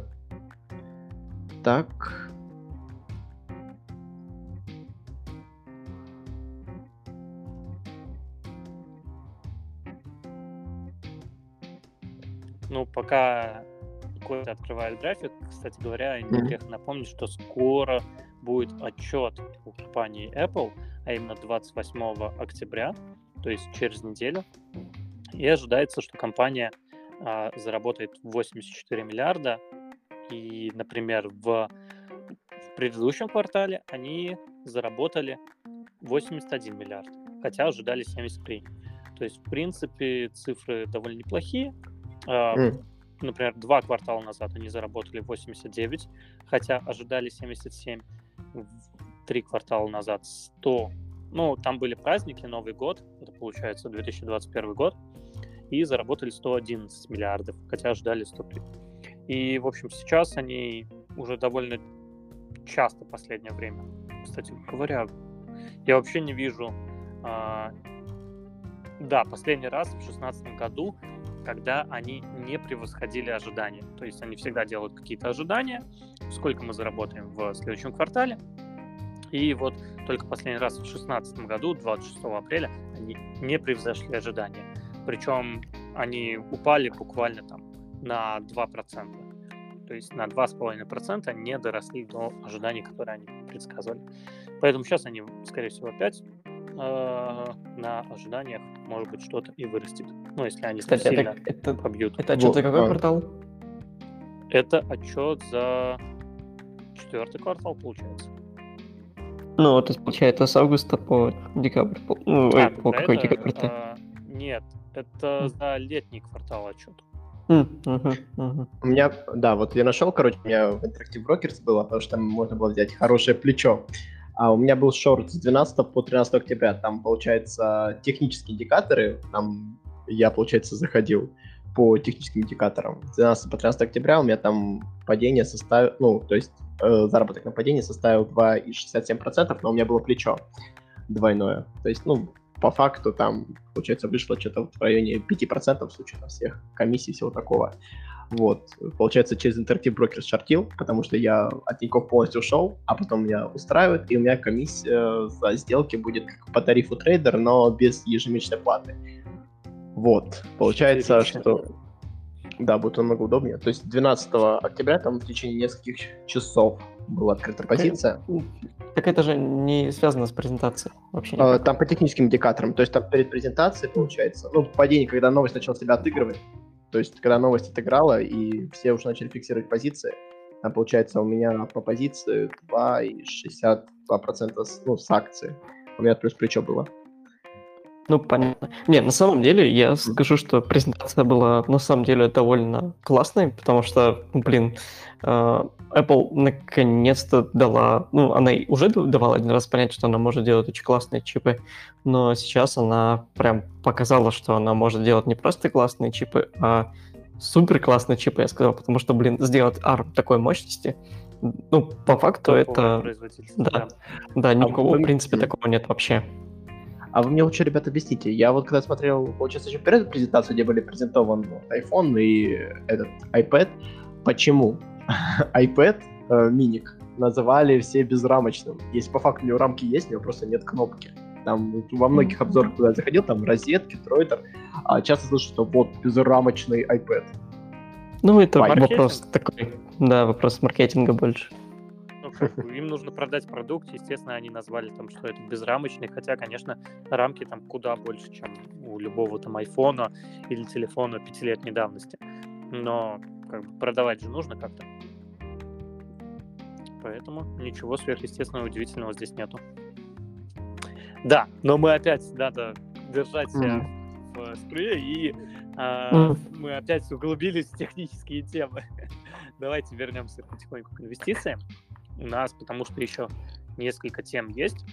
Так. Ну, пока Коля открывает график, кстати говоря, не грех напомнить, что скоро будет отчет у компании Apple, а именно двадцать восьмого октября, то есть через неделю. И ожидается, что компания а, заработает восемьдесят четыре миллиарда. И, например, в, в предыдущем квартале они заработали восемьдесят один миллиард, хотя ожидали семьдесят три. То есть, в принципе, цифры довольно неплохие. А, mm. Например, два квартала назад они заработали восемьдесят девять, хотя ожидали семьдесят семь. Три квартала назад сто. Ну, там были праздники, Новый год, это получается две тысячи двадцать первый год, и заработали сто одиннадцать миллиардов, хотя ожидали сто три. И, в общем, сейчас они уже довольно часто в последнее время, кстати говоря, я вообще не вижу... А... Да, последний раз в две тысячи шестнадцатом году, когда они не превосходили ожидания. То есть они всегда делают какие-то ожидания, сколько мы заработаем в следующем квартале. И вот только последний раз в две тысячи шестнадцатом году, двадцать шестого апреля, они не превзошли ожидания. Причем они упали буквально там на два процента. То есть на два целых пять десятых процента не доросли до ожиданий, которые они предсказывали. Поэтому сейчас они, скорее всего, опять э, на ожиданиях, может быть, что-то и вырастет. Ну, если они Кстати, сильно это, это, побьют. Это отчет вот. За какой а. квартал? Это отчет за четвертый квартал, получается. Ну, это получается с августа по декабрь. По, ну, а, ой, по какой это, декабрь-то? А, нет, это mm. за летний квартал отчет. Mm, uh-huh, uh-huh. У меня, да, вот я нашел, короче, у меня в Interactive Brokers было, потому что там можно было взять хорошее плечо. А у меня был шорт с двенадцатого по тринадцатое октября. Там, получается, технические индикаторы. Там я, получается, заходил по техническим индикаторам. С двенадцатого по тринадцатое октября у меня там падение составило, ну, то есть э, заработок на падение составил два целых шестьдесят семь сотых процента, но у меня было плечо двойное. То есть, ну, по факту там, получается, вышло что-то в районе пять процентов в случае там, всех комиссий и всего такого. Вот. Получается, через Interactive Brokers шортил, потому что я от Тинькофф полностью ушел, а потом меня устраивает, и у меня комиссия за сделки будет как по тарифу трейдер, но без ежемесячной платы. Вот. Получается, что... Да, будет намного удобнее. То есть двенадцатого октября там в течение нескольких часов была открыта позиция. Так это же не связано с презентацией вообще. А, там по техническим индикаторам. То есть там перед презентацией, получается, ну, падение, когда новость начала себя отыгрывать, то есть когда новость отыграла, и все уже начали фиксировать позиции, там, получается, у меня по позиции два целых шестьдесят два сотых процента ну, с акции. У меня плюс плечо было. Ну, понятно. Не, на самом деле, я скажу, что презентация была на самом деле довольно классной, потому что, блин, Apple наконец-то дала, ну, она уже давала один раз понять, что она может делать очень классные чипы, но сейчас она прям показала, что она может делать не просто классные чипы, а супер классные чипы, я сказал, потому что, блин, сделать арм такой мощности, ну, по факту это... Да, да, никакого, а в принципе, такого нет вообще. А вы мне лучше, ребята, объясните. Я вот когда смотрел, получается, еще перед презентацией, где были презентованы iPhone и этот iPad, почему iPad э, миник называли все безрамочным. Если по факту у него рамки есть, у него просто нет кнопки. Там во многих обзорах, куда я заходил, там розетки, троидер, а часто слышу, что вот безрамочный iPad. Ну, это Маркетинг? вопрос такой, да, вопрос маркетинга больше. Ну, как бы, им нужно продать продукт, естественно, они назвали там, что это безрамочный, хотя, конечно, рамки там куда больше, чем у любого там айфона или телефона пятилетней давности. Но как бы продавать же нужно как-то. Поэтому ничего сверхъестественного, удивительного здесь нету. Да, но мы опять надо держать себя mm. в струе, и а, mm. мы опять углубились в технические темы. Давайте вернемся потихоньку к инвестициям. У нас, потому что еще несколько тем есть.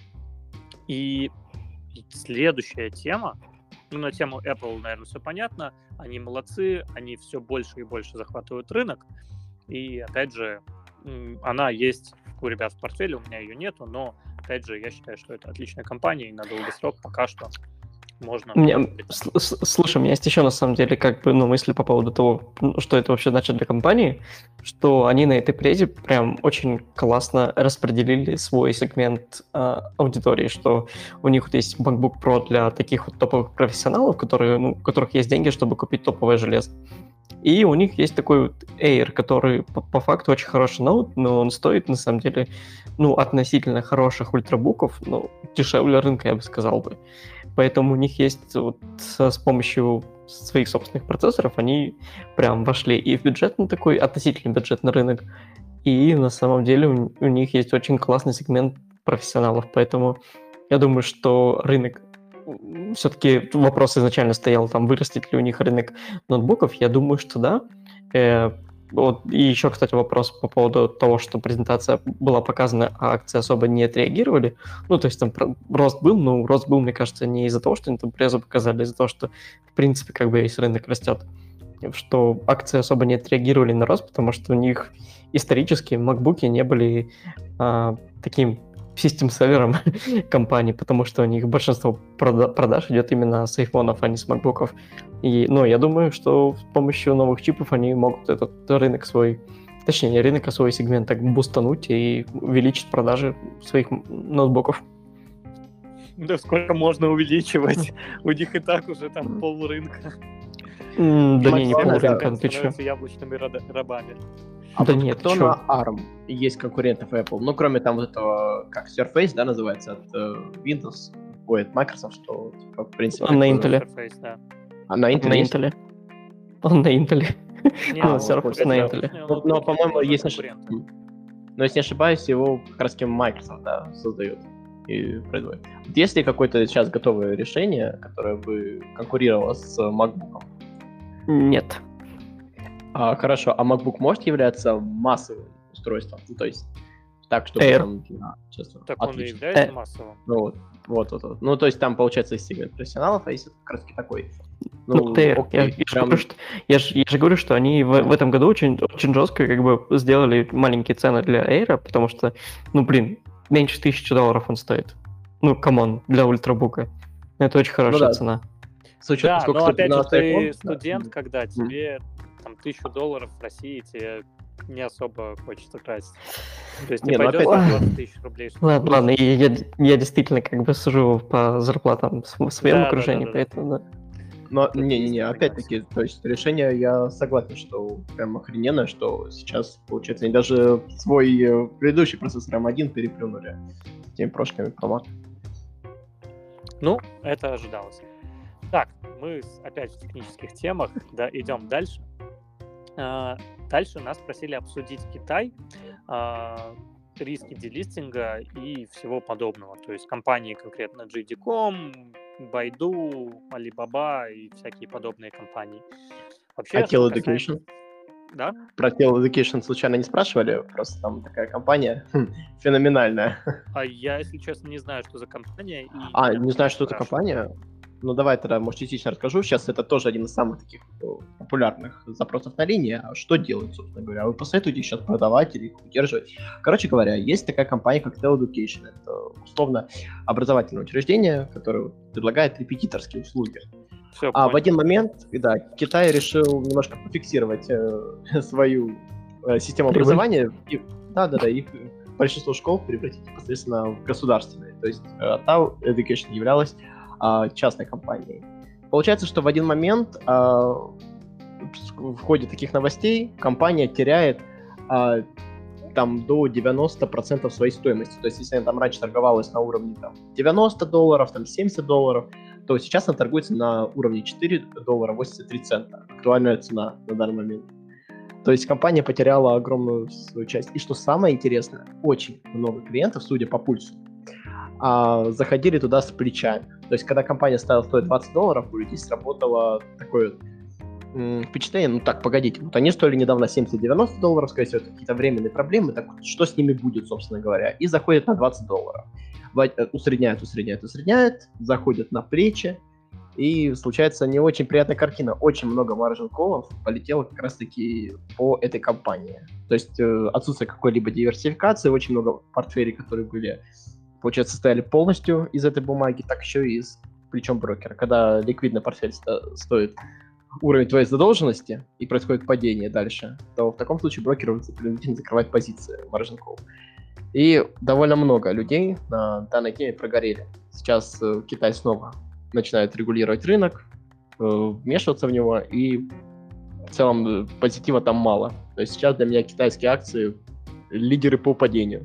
И следующая тема, ну, на тему Apple, наверное, все понятно. Они молодцы, они все больше и больше захватывают рынок. И, опять же, она есть у ребят в портфеле, у меня ее нету, но, опять же, я считаю, что это отличная компания, и на долгий срок пока что можно... Мне, слушай, у меня есть еще, на самом деле, как бы, ну, мысли по поводу того, что это вообще значит для компании, что они на этой презе прям очень классно распределили свой сегмент э, аудитории, что у них вот есть MacBook Pro для таких вот топовых профессионалов, которые, ну, у которых есть деньги, чтобы купить топовое железо. И у них есть такой вот Air, который по, по факту очень хороший ноут, но он стоит, на самом деле, ну, относительно хороших ультрабуков, ну, дешевле рынка, я бы сказал бы. Поэтому у них есть вот с помощью своих собственных процессоров, они прям вошли и в бюджетный такой, относительно бюджетный рынок, и на самом деле у, у них есть очень классный сегмент профессионалов. Поэтому я думаю, что рынок... Все-таки вопрос изначально стоял, там, вырастет ли у них рынок ноутбуков. Я думаю, что да. Э, вот, и еще, кстати, вопрос по поводу того, что презентация была показана, а акции особо не отреагировали. Ну, то есть там рост был, но рост был, мне кажется, не из-за того, что они там презу показали, а из-за того, что, в принципе, как бы весь рынок растет. Что акции особо не отреагировали на рост, потому что у них исторически макбуки не были а, таким систем-селлером компании, потому что у них большинство прода- продаж идет именно с айфонов, а не с макбуков. И, ну, я думаю, что с помощью новых чипов они могут этот рынок свой, точнее, не рынок, а свой сегмент так бустануть и увеличить продажи своих ноутбуков. Да сколько можно увеличивать? У них и так уже там полрынка. Mm, да не, не полрынка, ты чё? Яблочными рабами. А да вот нет, кто чё? на арм есть конкурентов Apple? Ну, кроме там вот этого, как Surface, да, называется, от э, Windows, ой, от Microsoft, что, типа, в принципе... Он на Intel. Surface, да. А на Intel На есть? Intel. Он на Intel. Не, А, ну, Surface это на обычные Intel. Но, но, ноутбуки, по-моему, тоже если, конкуренты. но, если не ошибаюсь, его как раз таки Microsoft, да, создает и производит. Вот есть ли какое-то сейчас готовое решение, которое бы конкурировало с MacBook? Нет. А, хорошо, а MacBook может являться массовым устройством? Ну, то есть, так, чтобы Air. там... Да, честно, Так он и отлично. является Э. массовым. Ну, вот, вот, вот, вот. Ну, то есть там, получается, есть сегмент профессионалов, а есть вот как раз таки такой. Ну, Air. окей, Я, я, же прям- говорю, что, я, же, я же говорю, что они в, в этом году очень, очень жестко как бы сделали маленькие цены для Air, потому что, ну, блин, меньше тысячи долларов он стоит. Ну, камон, для ультрабука. Это очень хорошая да. цена. С учетом, Да, сколько но стоит опять же, пятнадцатый ты iPhone, студент, да. когда тебе там тысячу долларов в России тебе не особо хочется тратить. То есть Не, не ну пойдешь опять- на двадцать тысяч рублей. чтобы Ладно, купить. ладно, я, я, я действительно как бы сужу по зарплатам в в своем Да, да, окружении, да, да, да. поэтому да. Но, Тут не-не-не, есть опять-таки, то есть решение, я согласен, что прям охрененно, что сейчас, получается, они даже свой э, предыдущий процессор эм один переплюнули теми прошками Pro Mac. Ну, это ожидалось. Так, мы с- опять в технических темах, да, идем дальше. А, Дальше нас просили обсудить Китай, а, риски делистинга и всего подобного. То есть компании конкретно джей ди точка ком, Baidu, Alibaba и всякие подобные компании. Вообще, А что Teleducation? касаемо- Да? Про Teleducation случайно не спрашивали? Просто там такая компания хм, феноменальная. А я, если честно, не знаю, что за компания. И А, меня не знаю, что это спрашивают. компания? Ну, давай тогда, может, частично расскажу. Сейчас это тоже один из самых таких э, популярных запросов на линии. А что делать, собственно говоря? Вы посоветуете сейчас продавать или их удерживать? Короче говоря, есть такая компания, как Teleducation. Это, условно, образовательное учреждение, которое предлагает репетиторские услуги. Всё, А в понял. один момент, да, Китай решил немножко пофиксировать э, свою э, систему Прибыль. образования и, Да-да-да, их большинство школ превратить непосредственно в государственные. То есть э, Tau Education являлась э, частной компанией. Получается, что в один момент э, в ходе таких новостей компания теряет э, там до девяносто процентов своей стоимости. То есть если она там раньше торговалась на уровне там, девяносто долларов, там, семьдесят долларов, то сейчас она торгуется на уровне четыре доллара восемьдесят три цента. Актуальная цена на данный момент. То есть компания потеряла огромную свою часть. И что самое интересное, очень много клиентов, судя по пульсу, а, заходили туда с плечами. То есть когда компания стала стоить двадцать долларов, у людей сработало такое м, впечатление, ну так, погодите, вот они стоили недавно семьдесят-девяносто долларов, скорее всего, это какие-то временные проблемы, так вот, что с ними будет, собственно говоря, и заходят на двадцать долларов. Усредняют, усредняют, усредняют, заходят на плечи, и случается не очень приятная картина. Очень много маржин-коллов полетело как раз-таки по этой компании. То есть э, отсутствие какой-либо диверсификации, очень много портфелей, которые были, получается, состояли полностью из этой бумаги, так еще и из плечом брокера. Когда ликвидный портфель сто- стоит уровень твоей задолженности и происходит падение дальше, то в таком случае брокер принудительно закрывает позиции маржин-колл. И довольно много людей на данной теме прогорели. Сейчас э, Китай снова начинает регулировать рынок, э, вмешиваться в него, и в целом позитива там мало. То есть сейчас для меня китайские акции лидеры по падению.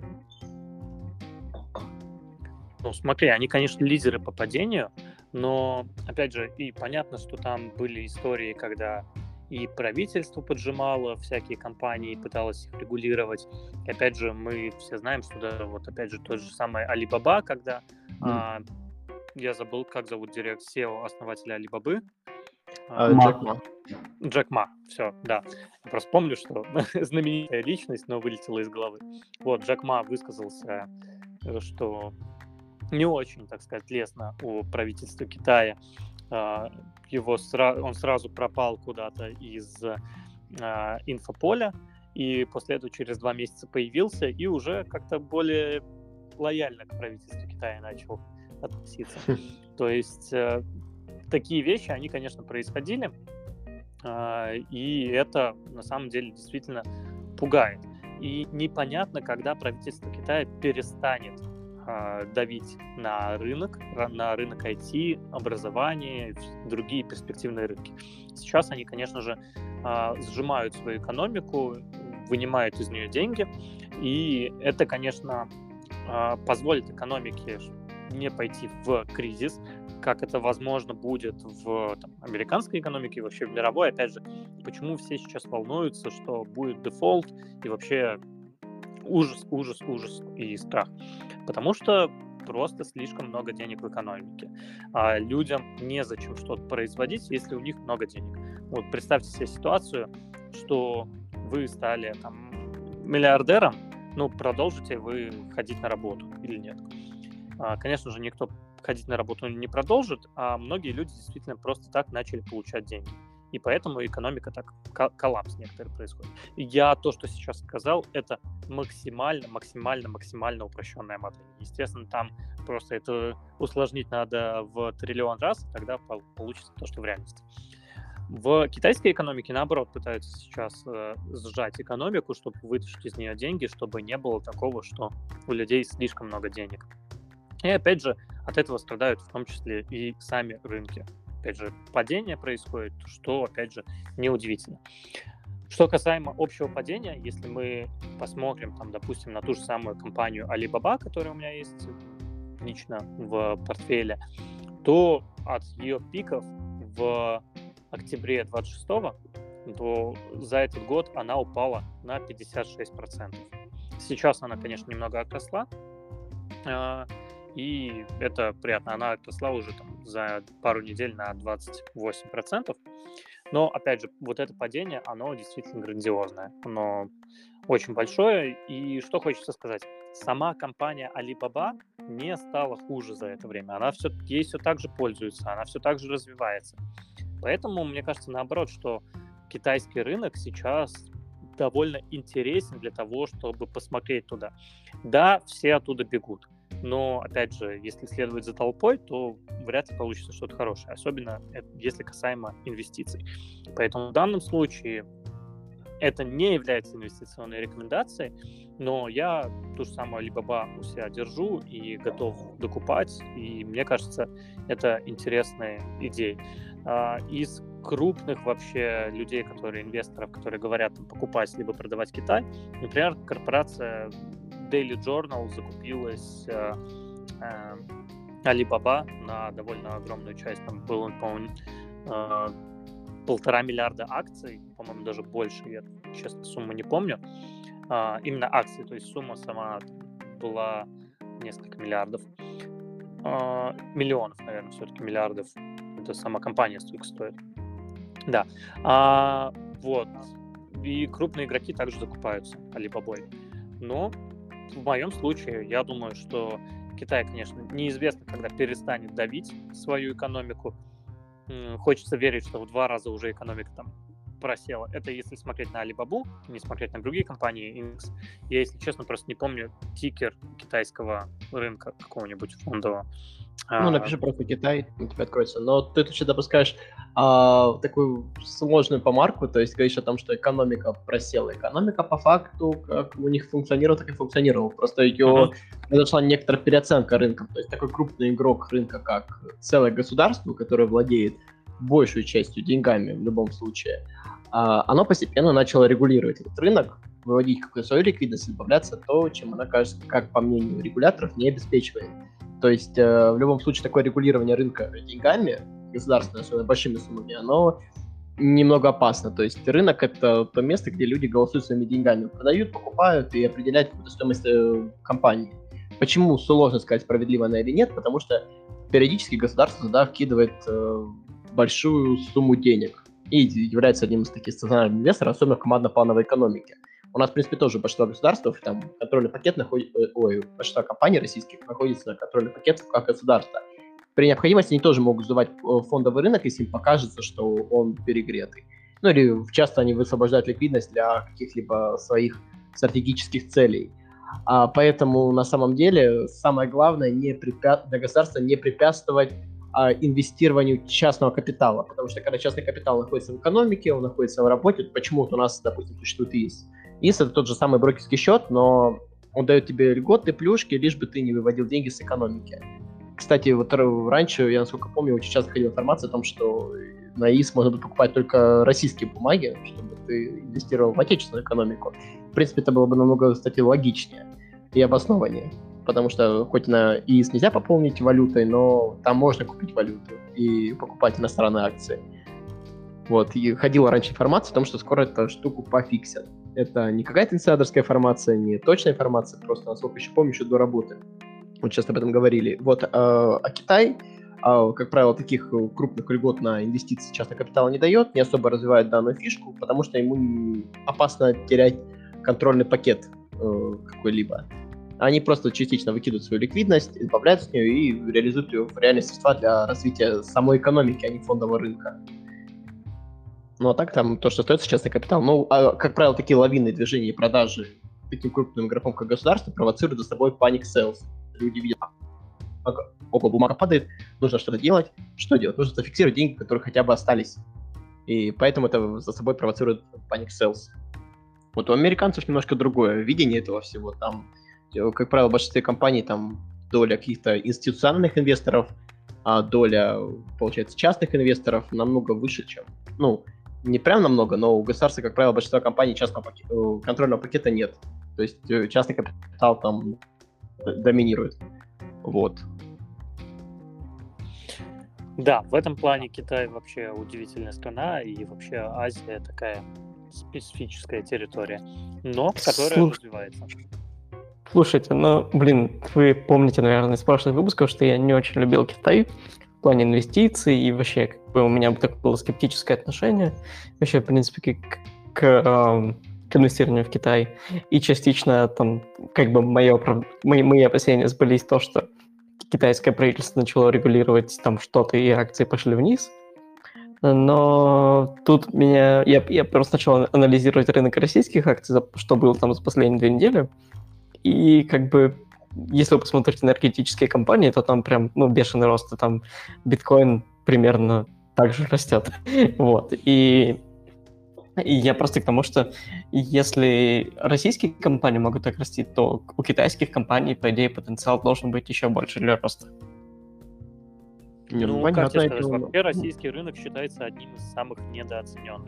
Ну, смотри, они, конечно, лидеры по падению, но, опять же, и понятно, что там были истории, когда и правительство поджимало всякие компании, пыталось их регулировать. И, опять же, мы все знаем, что, да, вот, опять же, тот же самый Alibaba, когда... Mm. А, я забыл, как зовут директор си и о, основателя Alibaba. А, Джек Ма. Джек Ма, все, да. Я просто помню, что знаменитая личность, но вылетела из головы. Вот, Джек Ма высказался, что не очень, так сказать, лестно у правительства Китая. Его сра... Он сразу пропал куда-то из а, инфополя, и после этого через два месяца появился и уже как-то более лояльно к правительству Китая начал относиться. То есть э, такие вещи, они, конечно, происходили, э, и это на самом деле действительно пугает. И непонятно, когда правительство Китая перестанет э, давить на рынок, на рынок ай ти, образование, другие перспективные рынки. Сейчас они, конечно же, э, сжимают свою экономику, вынимают из нее деньги, и это, конечно, э, позволит экономике не пойти в кризис, как это возможно будет в там, американской экономике и вообще в мировой. Опять же, почему все сейчас волнуются, что будет дефолт и вообще ужас, ужас, ужас и страх. Потому что просто слишком много денег в экономике. А людям незачем что-то производить, если у них много денег. Вот представьте себе ситуацию, что вы стали там миллиардером, ну, продолжите вы ходить на работу или нет. Конечно же, никто ходить на работу не продолжит, а многие люди действительно просто так начали получать деньги. И поэтому экономика так, коллапс некоторый происходит. И я то, что сейчас сказал, это максимально, максимально, максимально упрощенная модель. Естественно, там просто это усложнить надо в триллион раз, тогда получится то, что в реальности. В китайской экономике, наоборот, пытаются сейчас э, сжать экономику, чтобы вытащить из нее деньги, чтобы не было такого, что у людей слишком много денег. И опять же, от этого страдают в том числе и сами рынки. Опять же, падение происходит, что, опять же, неудивительно. Что касаемо общего падения, если мы посмотрим, там, допустим, на ту же самую компанию Alibaba, которая у меня есть лично в портфеле, то от ее пиков в октябре двадцать шестого, то за этот год она упала на пятьдесят шесть процентов. Сейчас она, конечно, немного отросла, и это приятно. Она отросла уже там, за пару недель на двадцать восемь процентов. Но, опять же, вот это падение, оно действительно грандиозное. Оно очень большое. И что хочется сказать? Сама компания Alibaba не стала хуже за это время. Она все, ей все так же пользуется, она все так же развивается. Поэтому, мне кажется, наоборот, что китайский рынок сейчас довольно интересен для того, чтобы посмотреть туда. Да, все оттуда бегут. Но, опять же, если следовать за толпой, то вряд ли получится что-то хорошее, особенно если касаемо инвестиций. Поэтому в данном случае это не является инвестиционной рекомендацией, но я ту же самую Alibaba у себя держу и готов докупать, и мне кажется, это интересная идея. Из крупных вообще людей, которые инвесторов, которые говорят там, покупать либо продавать Китай, например, корпорация Daily Journal закупилась э, э, Alibaba на довольно огромную часть, там было, по-моему, э, полтора миллиарда акций, по-моему, даже больше, я, честно, сумму не помню, э, именно акции, то есть сумма сама была несколько миллиардов, э, миллионов, наверное, все-таки миллиардов, это сама компания столько стоит. Да, а, вот, и крупные игроки также закупаются Alibaba. Но в моем случае, я думаю, что Китай, конечно, неизвестно, когда перестанет давить свою экономику. Хочется верить, что в два раза уже экономика там просела. Это если смотреть на Alibaba, не смотреть на другие компании. Индекс. Я, если честно, просто не помню тикер китайского рынка какого-нибудь фондового. Ну, напиши просто Китай, у тебя откроется. Но ты тут еще допускаешь а, такую сложную помарку, то есть говоришь о том, что экономика просела. Экономика по факту, как у них функционировала, так и функционировала. Просто ее uh-huh. произошла некоторая переоценка рынка. То есть такой крупный игрок рынка, как целое государство, которое владеет большей частью деньгами в любом случае, а, оно постепенно начало регулировать этот рынок, выводить какую-то свою ликвидность, избавляться от того, чем она, кажется, как по мнению регуляторов, не обеспечивает. То есть э, в любом случае такое регулирование рынка деньгами, государственное, особенно большими суммами, оно немного опасно. То есть рынок — это то место, где люди голосуют своими деньгами, продают, покупают и определяют какую-то стоимость э, компании. Почему сложно сказать, справедливо она или нет? Потому что периодически государство туда вкидывает э, большую сумму денег и является одним из таких стационарных инвесторов, особенно в командно-плановой экономике. У нас, в принципе, тоже большинство государств, там контрольный пакет находится, ой, большинство компаний российских находится на контрольных пакетах как государство. При необходимости они тоже могут сдавать фондовый рынок, если им покажется, что он перегретый. Ну или часто они высвобождают ликвидность для каких-либо своих стратегических целей. А поэтому на самом деле самое главное не препя... для государства не препятствовать а, инвестированию частного капитала, потому что когда частный капитал находится в экономике, он находится в работе, почему-то у нас, допустим, существует ИИС. ИИС — это тот же самый брокерский счет, но он дает тебе льготы, плюшки, лишь бы ты не выводил деньги с экономики. Кстати, вот раньше, я насколько помню, очень часто ходила информация о том, что на ИИС можно будет покупать только российские бумаги, чтобы ты инвестировал в отечественную экономику. В принципе, это было бы намного, кстати, логичнее и обоснованнее, потому что хоть на ИИС нельзя пополнить валютой, но там можно купить валюту и покупать иностранные акции. Вот, и ходила раньше информация о том, что скоро эту штуку пофиксят. Это не какая-то инсайдерская информация, не точная информация, просто, насколько еще помню, еще до работы. Вот сейчас об этом говорили. Вот, э, а Китай, э, как правило, таких крупных льгот на инвестиции частного капитала не дает, не особо развивает данную фишку, потому что ему опасно терять контрольный пакет э, какой-либо. Они просто частично выкидывают свою ликвидность, избавляются от нее и реализуют ее в реальные средства для развития самой экономики, а не фондового рынка. Ну, а так там то, что остается частный капитал. Ну, а, как правило, такие лавинные движения и продажи таким крупным игроком, как государство, провоцируют за собой panic sales. Люди видят, ого, бумага падает, нужно что-то делать. Что делать? Нужно зафиксировать деньги, которые хотя бы остались. И поэтому это за собой провоцирует panic sales. Вот у американцев немножко другое видение этого всего. Там, как правило, в большинстве компаний там доля каких-то институциональных инвесторов, а доля, получается, частных инвесторов намного выше, чем... Ну, не прям намного, но у государства, как правило, большинство компаний частного пакета, контрольного пакета нет. То есть частный капитал там доминирует. Вот. Да, в этом плане Китай вообще удивительная страна, и вообще Азия такая специфическая территория, но которая Слуш... развивается. Слушайте, ну, блин, вы помните, наверное, из прошлых выпусков, что я не очень любил Китай в плане инвестиций, и вообще, как бы, у меня такое было скептическое отношение вообще, в принципе, к, к, эм, к инвестированию в Китай. И частично там, как бы, моё, мои, мои опасения сбылись то, что китайское правительство начало регулировать там что-то, и акции пошли вниз. Но тут меня... Я, я просто начал анализировать рынок российских акций, что было там за последние две недели. И как бы, если вы посмотрите на энергетические компании, то там прям, ну, бешеный рост, и там биткоин примерно так же растет. Вот. И И я просто к тому, что если российские компании могут так расти, то у китайских компаний, по идее, потенциал должен быть еще больше для роста. Не, ну, Ну, как тебе понятное сказать, дело. вообще российский рынок считается одним из самых недооцененных.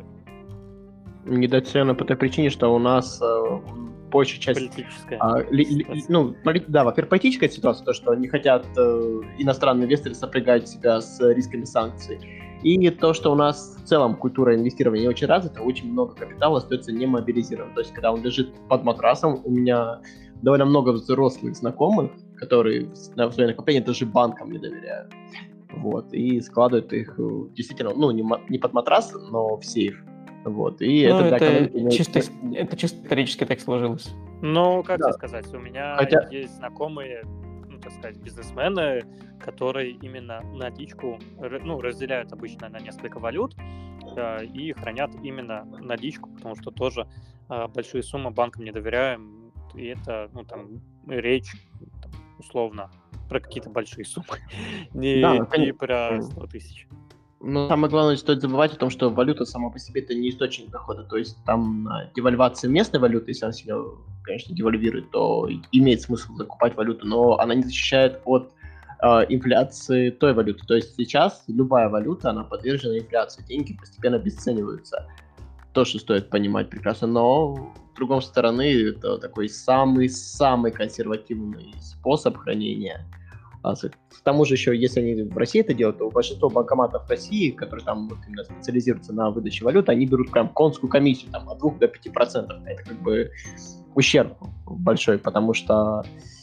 Недооценено по той причине, что у нас э, большая часть... Политическая а, ли- ли- ситуация. ну, поли- да, во-первых, политическая ситуация, то, что не хотят э, иностранные инвесторы сопрягать себя с рисками санкций. И то, что у нас в целом культура инвестирования не очень развита, очень много капитала остается не мобилизирован. То есть, когда он лежит под матрасом, у меня довольно много взрослых знакомых, которые на свои накопления даже банкам не доверяют. Вот, и складывают их э, действительно, ну, не, ма- не под матрас, но в сейф. Вот, и Ну, это для это экономики не чисто, очень... это чисто исторически так сложилось. Ну, как Да. тебе сказать, у меня Хотя- есть знакомые, ну, так сказать, бизнесмены, которые именно наличку, р- ну, разделяют обычно на несколько валют э, и хранят именно наличку, потому что тоже э, большие суммы банкам не доверяем, и это, ну, там, речь, там, условно, про какие-то большие суммы, не, Да, не конечно. про сто тысяч. Но самое главное, не стоит забывать о том, что валюта сама по себе это не источник дохода. То есть там а, девальвация местной валюты, если она сильно, конечно, девальвирует, то и- имеет смысл закупать валюту, но она не защищает от а, инфляции той валюты. То есть сейчас любая валюта, она подвержена инфляции. Деньги постепенно обесцениваются. То, что стоит понимать прекрасно. Но, с другой стороны, это такой самый-самый консервативный способ хранения. А, с- К тому же еще, если они в России это делают, то большинство банкоматов России, которые там вот именно специализируются на выдаче валюты, они берут прям конскую комиссию там, от двух до пяти процентов. Это как бы ущерб большой, потому что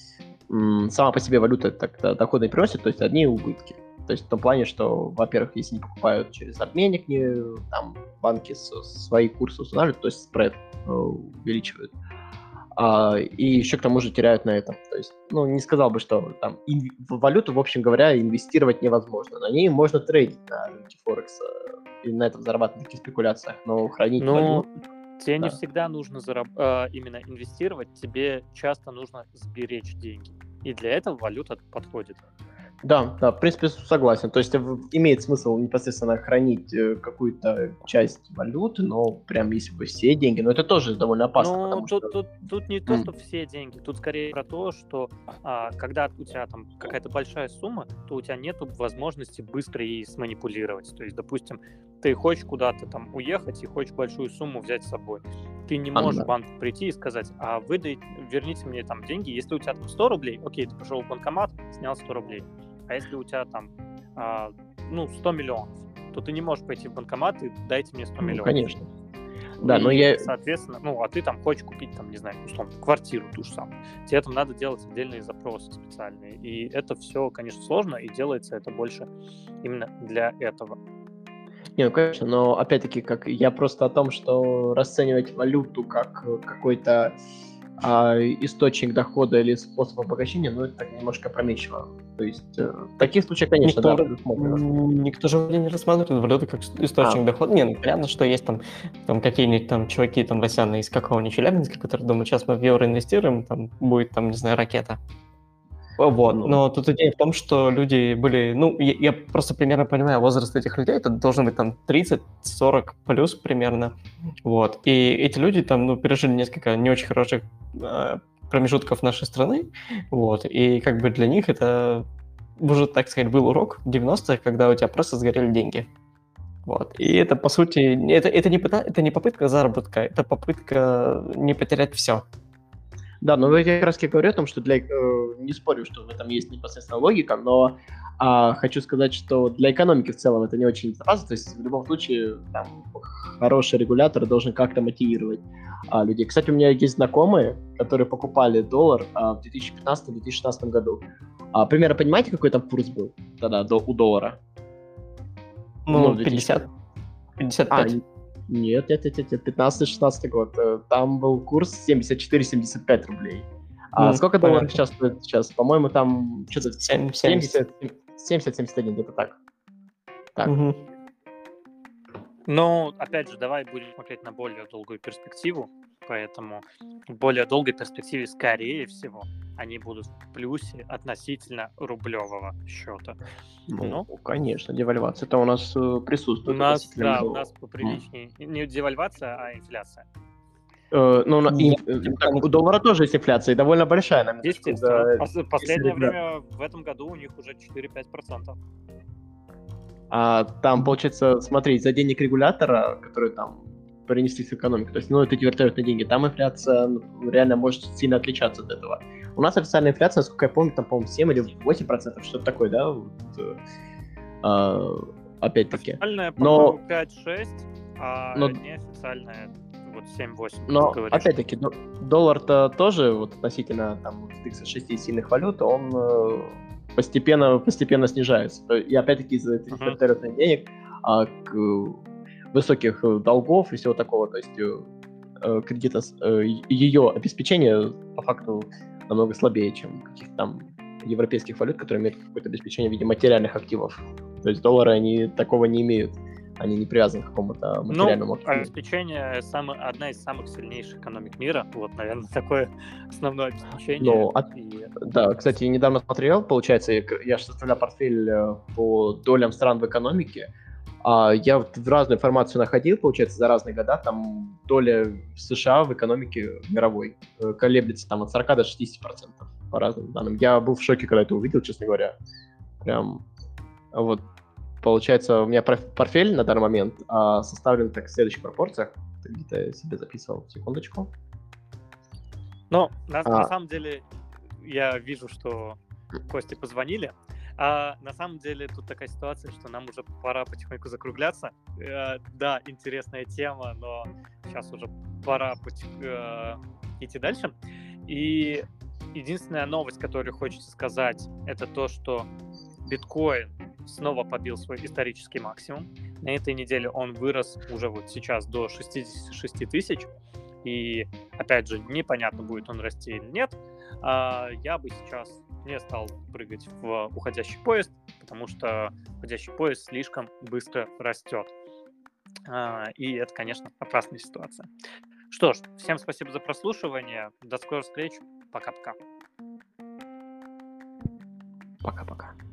м, сама по себе валюта так доходы не приносит, то есть одни убытки. То есть в том плане, что, во-первых, если не покупают через обменник, не, там банки со- свои курсы устанавливают, то есть спред э, увеличивают. А, и еще к тому же теряют на этом. То есть, ну, не сказал бы, что там инв- в валюту, в общем говоря, инвестировать невозможно. На ней можно трейдить на рынке Форекс и на этом зарабатывать на таких спекуляциях, но хранить Но валюту... тебе не Да. всегда нужно зараб- а, именно инвестировать, тебе часто нужно сберечь деньги. И для этого валюта подходит. Да, да, в принципе, согласен. То есть в- имеет смысл непосредственно хранить э, какую-то часть валюты, но прям если бы все деньги, но это тоже довольно опасно, Ну, потому тут, что... тут, тут не то, М. что все деньги, тут скорее про то, что а, когда у тебя там какая-то большая сумма, то у тебя нет возможности быстро ей сманипулировать. То есть, допустим, ты хочешь куда-то там уехать и хочешь большую сумму взять с собой. Ты не А, можешь да. в банк прийти и сказать, а выдай, верните мне там деньги. Если у тебя там сто рублей, окей, ты пошел в банкомат, снял сто рублей. А если у тебя там, а, ну, сто миллионов, то ты не можешь пойти в банкомат и дайте мне сто Ну, миллионов. конечно. Да, и, но я... соответственно, ну, а ты там хочешь купить, там, не знаю, условно, квартиру ту же самую. Тебе там надо делать отдельные запросы специальные. И это все, конечно, сложно, и делается это больше именно для этого. Не, ну, конечно, но опять-таки, как я просто о том, что расценивать валюту как э, какой-то а, источник дохода или способ обогащения, ну, это так немножко опрометчиво. То есть э, в таких случаях, конечно, Никто, да, предусмотрено. м, никто же вроде не рассматривает валюту как А. источник дохода. Не, ну понятно, что есть там, там какие-нибудь там чуваки там россияне из какого-нибудь Челябинска, которые думают, сейчас мы в евро инвестируем, там будет там, не знаю, ракета. Вот, Ну, но тут идея в том, что люди были, ну, я, я просто примерно понимаю возраст этих людей, это должно быть там тридцать-сорок плюс примерно, вот, и эти люди там, ну, пережили несколько не очень хороших э, промежутков нашей страны, вот, и как бы для них это уже, так сказать, был урок в девяностых, когда у тебя просто сгорели деньги. Вот. И это, по сути, это, это, не, пыта- это не попытка заработка, это попытка не потерять все. да, но я как раз таки говорю о том, что для... э, не спорю, что в этом есть непосредственно логика, но а, хочу сказать, что для экономики в целом это не очень безопасно. То есть в любом случае там хороший регулятор должен как-то мотивировать а, людей. Кстати, у меня есть знакомые, которые покупали доллар а, в две тысячи пятнадцатом - две тысячи шестнадцатом году. А, примерно понимаете, какой там курс был тогда до, у доллара? Ну, в две тысячи пятьдесят, пятьдесят А, пять. нет, нет, нет, нет, пятнадцатый-шестнадцатый год. Э, Там был курс семьдесят четыре - семьдесят пять рублей. А М, сколько долларов понятно. сейчас стоит сейчас? По-моему, там что-то Семь- семьдесят. семьдесят - семьдесят один, где-то так. Так. Мгм. Но, опять же, давай будем смотреть на более долгую перспективу, поэтому в более долгой перспективе, скорее всего, они будут в плюсе относительно рублевого счета. Ну, Ну, конечно, девальвация. Это у нас э, у присутствует нас, относительно да, у рублевого. нас М. поприличнее не девальвация, а инфляция. Э, ну, на- Я инф- э, так, у доллара тоже есть инфляция, и довольно большая, на минуточку, Естественно. за Пос- Последнее время в этом году у них уже четыре-пять процентов. А там, получается, смотри, за денег регулятора, которые там принесли в экономику, то есть, ну, это эти вертолетные деньги, там инфляция ну, реально может сильно отличаться от этого. У нас официальная инфляция, насколько я помню, там, по-моему, семь или восемь процентов, что-то такое, да? Вот, э, а, опять-таки. Официальная, Но, по-моему, пять-шесть, а но, неофициальная вот семь-восемь, как ты но говоришь. опять-таки, до- доллар-то тоже вот относительно там вот этих шести сильных валют, он э, постепенно, постепенно снижается. То- И опять-таки из-за этих Мгм. вертолетных денег, а, к, э, высоких э, долгов и всего такого, то есть э, э, кредита, ее обеспечение по факту намного слабее, чем каких-то там европейских валют, которые имеют какое-то обеспечение в виде материальных активов. То есть доллары, они такого не имеют. Они не привязаны к какому-то Ну, материальному активу. обеспечение самый, одна из самых сильнейших экономик мира. Вот, наверное, такое основное обеспечение. Но, а- И да, кстати, недавно смотрел, получается, я, к- я же составлял портфель э, по долям стран в экономике, а я вот в разную информацию находил, получается, за разные года, там доля США в экономике мировой э, колеблется там от сорока до шестидесяти процентов по разным данным. Я был в шоке, когда это увидел, честно говоря. Прям, вот, получается, у меня проф- портфель на данный момент а, составлен так в следующих пропорциях. Это где-то я себе записывал, секундочку. Но на, на А, самом деле я вижу, что Косте позвонили. А на самом деле тут такая ситуация, что нам уже пора потихоньку закругляться. Э, да, интересная тема, но сейчас уже пора потих- э, идти дальше. И единственная новость, которую хочется сказать, это то, что биткоин снова побил свой исторический максимум. На этой неделе он вырос уже вот сейчас до шестьдесят шесть тысяч. И, опять же, непонятно, будет он расти или нет. А, я бы сейчас не стал прыгать в уходящий поезд, потому что уходящий поезд слишком быстро растет. А, и это, конечно, опасная ситуация. Что ж, всем спасибо за прослушивание. До скорых встреч. Пока-пока. пока-пока.